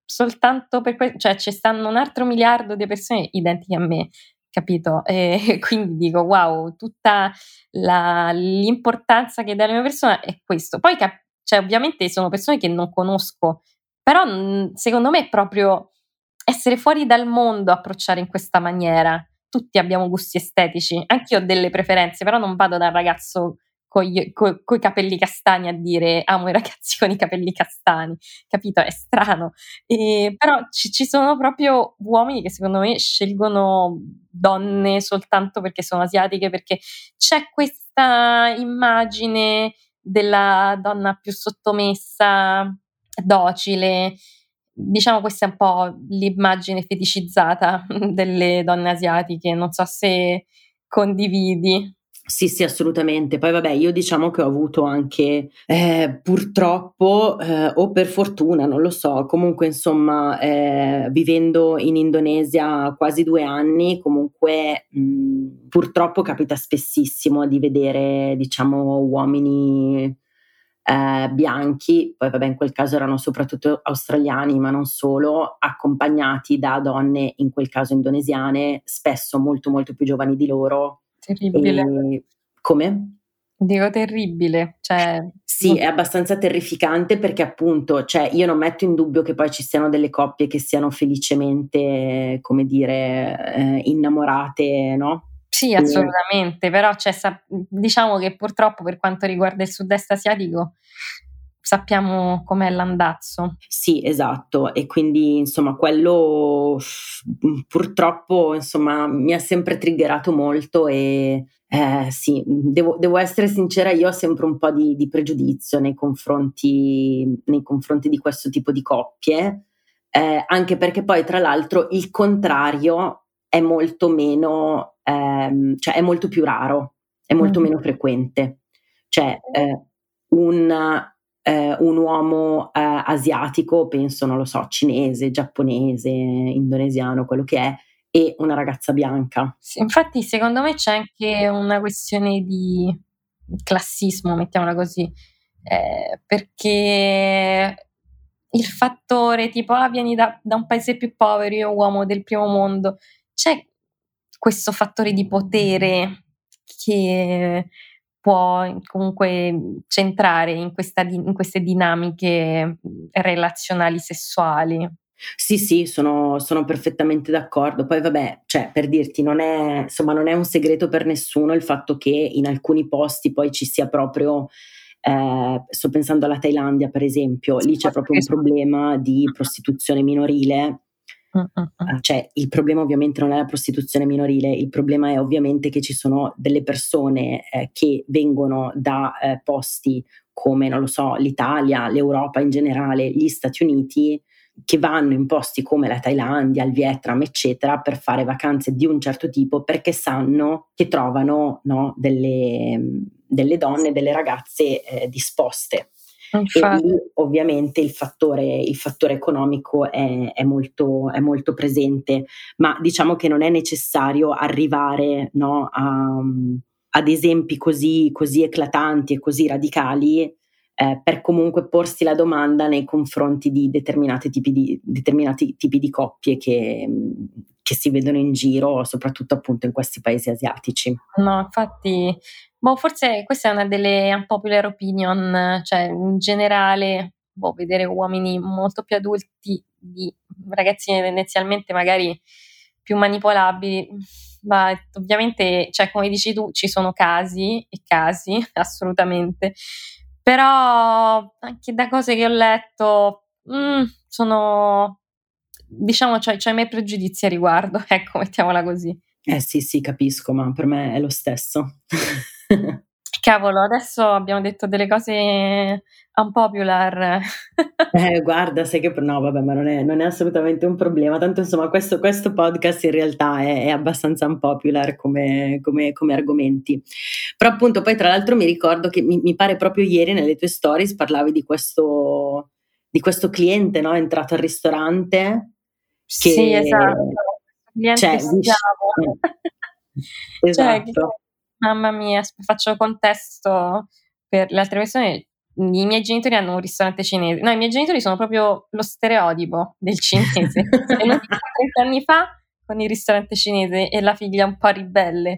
soltanto per que- cioè ci stanno un altro miliardo di persone identiche a me, capito? E quindi dico, wow, tutta la- l'importanza che dà alla mia persona è questo. Poi, cap- cioè, ovviamente sono persone che non conosco, però mh, secondo me è proprio essere fuori dal mondo approcciare in questa maniera. Tutti abbiamo gusti estetici, anche io ho delle preferenze, però non vado dal ragazzo con i capelli castani a dire amo i ragazzi con i capelli castani, capito? È strano. E, però ci, ci sono proprio uomini che secondo me scelgono donne soltanto perché sono asiatiche, perché c'è questa immagine della donna più sottomessa, docile. Diciamo questa è un po' l'immagine feticizzata delle donne asiatiche, non so se condividi. Sì, sì, assolutamente. Poi vabbè, io diciamo che ho avuto anche, eh, purtroppo, eh, o per fortuna, non lo so, comunque insomma, eh, vivendo in Indonesia quasi due anni, comunque mh, purtroppo capita spessissimo di vedere, diciamo, uomini eh, bianchi, poi vabbè in quel caso erano soprattutto australiani, ma non solo, accompagnati da donne, in quel caso indonesiane, spesso molto molto più giovani di loro. Terribile. E come? Dico terribile, cioè Sì, è abbastanza terrificante perché appunto, cioè io non metto in dubbio che poi ci siano delle coppie che siano felicemente, come dire, eh, innamorate, no? sì, assolutamente, però cioè, sa- diciamo che purtroppo per quanto riguarda il sud-est asiatico sappiamo com'è l'andazzo. Sì, esatto, e quindi insomma quello purtroppo insomma mi ha sempre triggerato molto e eh, sì, devo, devo essere sincera, io ho sempre un po' di, di pregiudizio nei confronti, nei confronti di questo tipo di coppie, eh, anche perché poi tra l'altro il contrario è molto meno, ehm, cioè è molto più raro, è molto Mm. meno frequente, cioè eh, un eh, un uomo eh, asiatico, penso, non lo so, cinese, giapponese, indonesiano, quello che è, e una ragazza bianca. Sì, infatti secondo me c'è anche una questione di classismo, mettiamola così, eh, perché il fattore tipo ah, vieni da, da un paese più povero, io uomo del primo mondo, c'è questo fattore di potere che può comunque centrare in, questa, in queste dinamiche relazionali sessuali. Sì, sì, sono, sono perfettamente d'accordo. Poi vabbè, cioè, per dirti, non è, insomma, non è un segreto per nessuno il fatto che in alcuni posti poi ci sia proprio, eh, sto pensando alla Thailandia per esempio, lì c'è proprio un problema di prostituzione minorile. Mm-mm. Cioè, il problema ovviamente non è la prostituzione minorile, il problema è ovviamente che ci sono delle persone eh, che vengono da eh, posti come, non lo so, l'Italia, l'Europa in generale, gli Stati Uniti, che vanno in posti come la Thailandia, il Vietnam, eccetera, per fare vacanze di un certo tipo perché sanno che trovano, no, delle, delle donne, delle ragazze eh, disposte. Infatti. E lì ovviamente il fattore, il fattore economico è, è, molto, è molto presente, ma diciamo che non è necessario arrivare, no, a, ad esempi così, così eclatanti e così radicali eh, per comunque porsi la domanda nei confronti di determinati tipi di, determinati tipi di coppie che, che si vedono in giro, soprattutto appunto in questi paesi asiatici. No, infatti, boh, forse questa è una delle unpopular opinion, cioè in generale, boh, vedere uomini molto più adulti di ragazzi tendenzialmente magari più manipolabili, ma ovviamente, cioè come dici tu, ci sono casi e casi, assolutamente, però anche da cose che ho letto, mm, sono, diciamo, c'ho, c'ho i miei pregiudizi a riguardo, ecco, mettiamola così. Eh sì, sì, capisco, ma per me è lo stesso. Cavolo, adesso abbiamo detto delle cose unpopular. Eh, guarda, sai che no, vabbè, ma non è, non è assolutamente un problema. Tanto insomma, questo, questo podcast in realtà è, è abbastanza unpopular come, come, come argomenti. Però appunto, poi tra l'altro mi ricordo che mi, mi pare proprio ieri nelle tue stories parlavi di questo, di questo cliente, no? Entrato al ristorante. Che, sì, esatto. Cliente cioè, schiavo. esatto. Cioè, mamma mia, faccio contesto per le altre persone. i miei genitori hanno un ristorante cinese. No, i miei genitori sono proprio lo stereotipo del cinese. E non trenta anni fa con il ristorante cinese e la figlia un po' ribelle.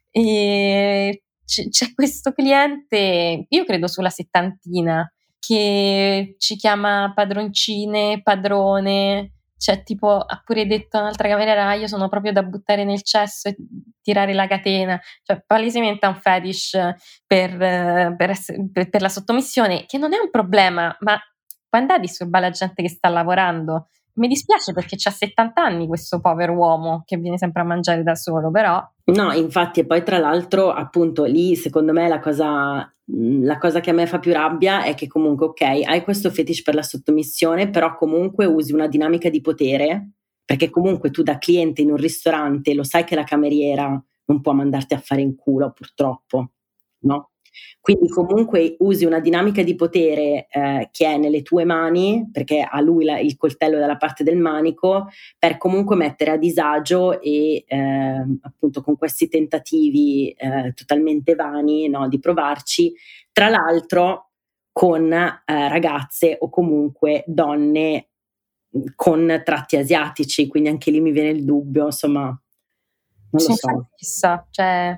E c- c'è questo cliente, io credo sulla settantina, che ci chiama padroncine, padrone. Cioè, tipo, ha pure detto un'altra cameriera: io sono proprio da buttare nel cesso e tirare la catena. Cioè, palesemente ha un fetish per, per, essere, per, per la sottomissione, che non è un problema, ma può andare a disturbare la gente che sta lavorando. Mi dispiace perché c'ha settanta anni questo povero uomo che viene sempre a mangiare da solo, però... No, infatti, e poi tra l'altro, appunto, lì secondo me la cosa, la cosa che a me fa più rabbia è che comunque, ok, hai questo fetish per la sottomissione, però comunque usi una dinamica di potere, perché comunque tu da cliente in un ristorante lo sai che la cameriera non può mandarti a fare in culo, purtroppo, no? Quindi comunque usi una dinamica di potere eh, che è nelle tue mani, perché ha lui la, il coltello dalla parte del manico, per comunque mettere a disagio e eh, appunto con questi tentativi eh, totalmente vani, no, di provarci, tra l'altro con eh, ragazze o comunque donne con tratti asiatici, quindi anche lì mi viene il dubbio, insomma, non lo Sì, so. Chissà, cioè...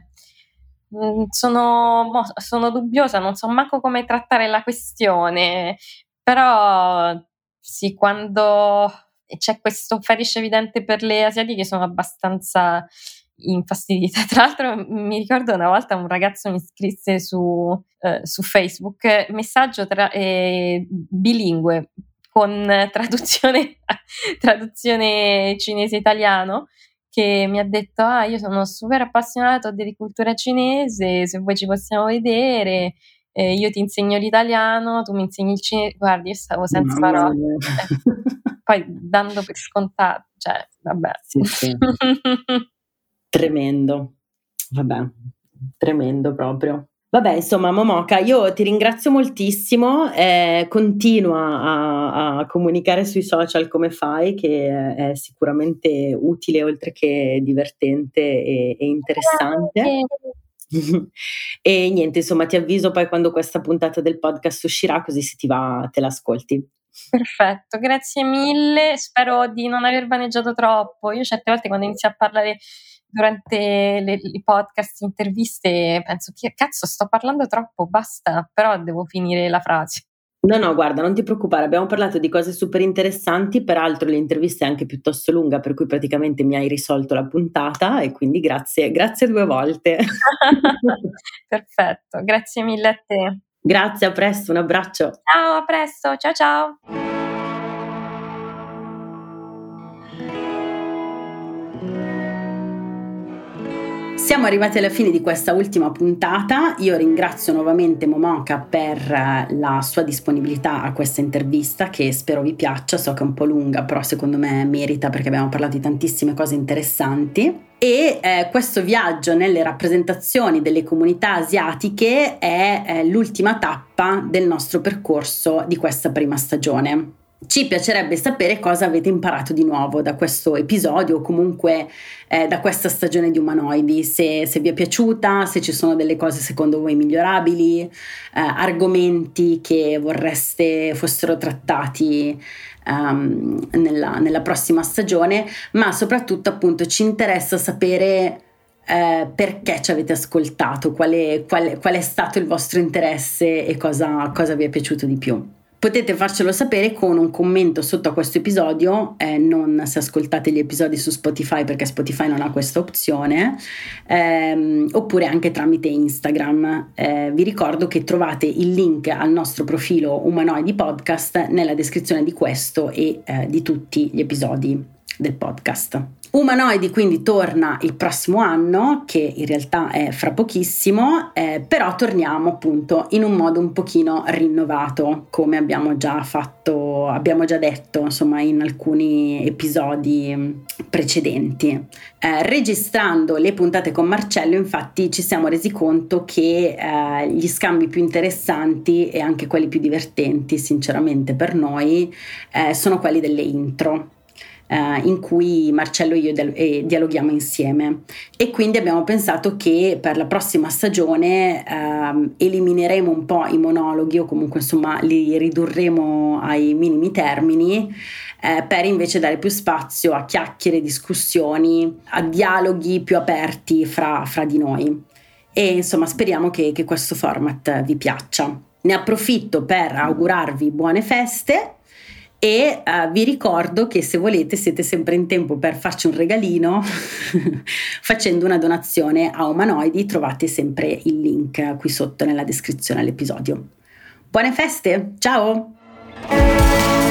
Sono, sono dubbiosa, non so manco come trattare la questione, però sì, quando c'è questo fetish evidente per le asiatiche sono abbastanza infastidita. Tra l'altro mi ricordo una volta un ragazzo mi scrisse su, eh, su Facebook messaggio tra, eh, bilingue con traduzione, traduzione cinese-italiano, che mi ha detto: ah, io sono super appassionato di cultura cinese, se vuoi ci possiamo vedere, eh, io ti insegno l'italiano, tu mi insegni il cinese. Guardi, io stavo senza parole, eh, poi dando per scontato, cioè vabbè. Sì, sì. Tremendo, vabbè, tremendo proprio. Vabbè, insomma, Momoka, io ti ringrazio moltissimo, eh, continua a, a comunicare sui social come fai, che è sicuramente utile oltre che divertente e, e interessante. E niente, insomma, ti avviso poi quando questa puntata del podcast uscirà, così se ti va te l'ascolti. Perfetto, grazie mille, spero di non aver vaneggiato troppo. Io certe volte quando inizio a parlare durante le, i podcast, interviste, penso che cazzo sto parlando troppo, basta, però devo finire la frase. No, no, guarda, non ti preoccupare, abbiamo parlato di cose super interessanti, peraltro l'intervista è anche piuttosto lunga, per cui praticamente mi hai risolto la puntata e quindi grazie, grazie due volte. Perfetto, grazie mille a te. Grazie, a presto, un abbraccio. Ciao, a presto, ciao ciao. Siamo arrivati alla fine di questa ultima puntata. Io ringrazio nuovamente Momoka per la sua disponibilità a questa intervista, che spero vi piaccia. So che è un po' lunga, però secondo me merita, perché abbiamo parlato di tantissime cose interessanti. E eh, questo viaggio nelle rappresentazioni delle comunità asiatiche è eh, l'ultima tappa del nostro percorso di questa prima stagione. Ci piacerebbe sapere cosa avete imparato di nuovo da questo episodio o comunque eh, da questa stagione di Umanoidi, se, se vi è piaciuta, se ci sono delle cose secondo voi migliorabili, eh, argomenti che vorreste fossero trattati um, nella, nella prossima stagione, ma soprattutto appunto ci interessa sapere eh, perché ci avete ascoltato, qual è, qual, qual è stato il vostro interesse e cosa, cosa vi è piaciuto di più. Potete farcelo sapere con un commento sotto a questo episodio, eh, non se ascoltate gli episodi su Spotify, perché Spotify non ha questa opzione, ehm, oppure anche tramite Instagram. Eh, vi ricordo che trovate il link al nostro profilo Umanoidi Podcast nella descrizione di questo e eh, di tutti gli episodi del podcast. Umanoidi quindi torna il prossimo anno, che in realtà è fra pochissimo, eh, però torniamo appunto in un modo un pochino rinnovato, come abbiamo già fatto, abbiamo già detto insomma in alcuni episodi precedenti. Eh, registrando le puntate con Marcello, infatti, ci siamo resi conto che eh, gli scambi più interessanti e anche quelli più divertenti, sinceramente per noi, eh, sono quelli delle intro. eh, in cui Marcello e io dial- e dialoghiamo insieme, e quindi abbiamo pensato che per la prossima stagione eh, elimineremo un po' i monologhi, o comunque insomma li ridurremo ai minimi termini, eh, per invece dare più spazio a chiacchiere, discussioni, a dialoghi più aperti fra, fra di noi. E insomma speriamo che, che questo format vi piaccia. Ne approfitto per augurarvi buone feste e uh, vi ricordo che se volete siete sempre in tempo per farci un regalino facendo una donazione a Umanoidi. Trovate sempre il link qui sotto nella descrizione all'episodio. Buone feste, ciao!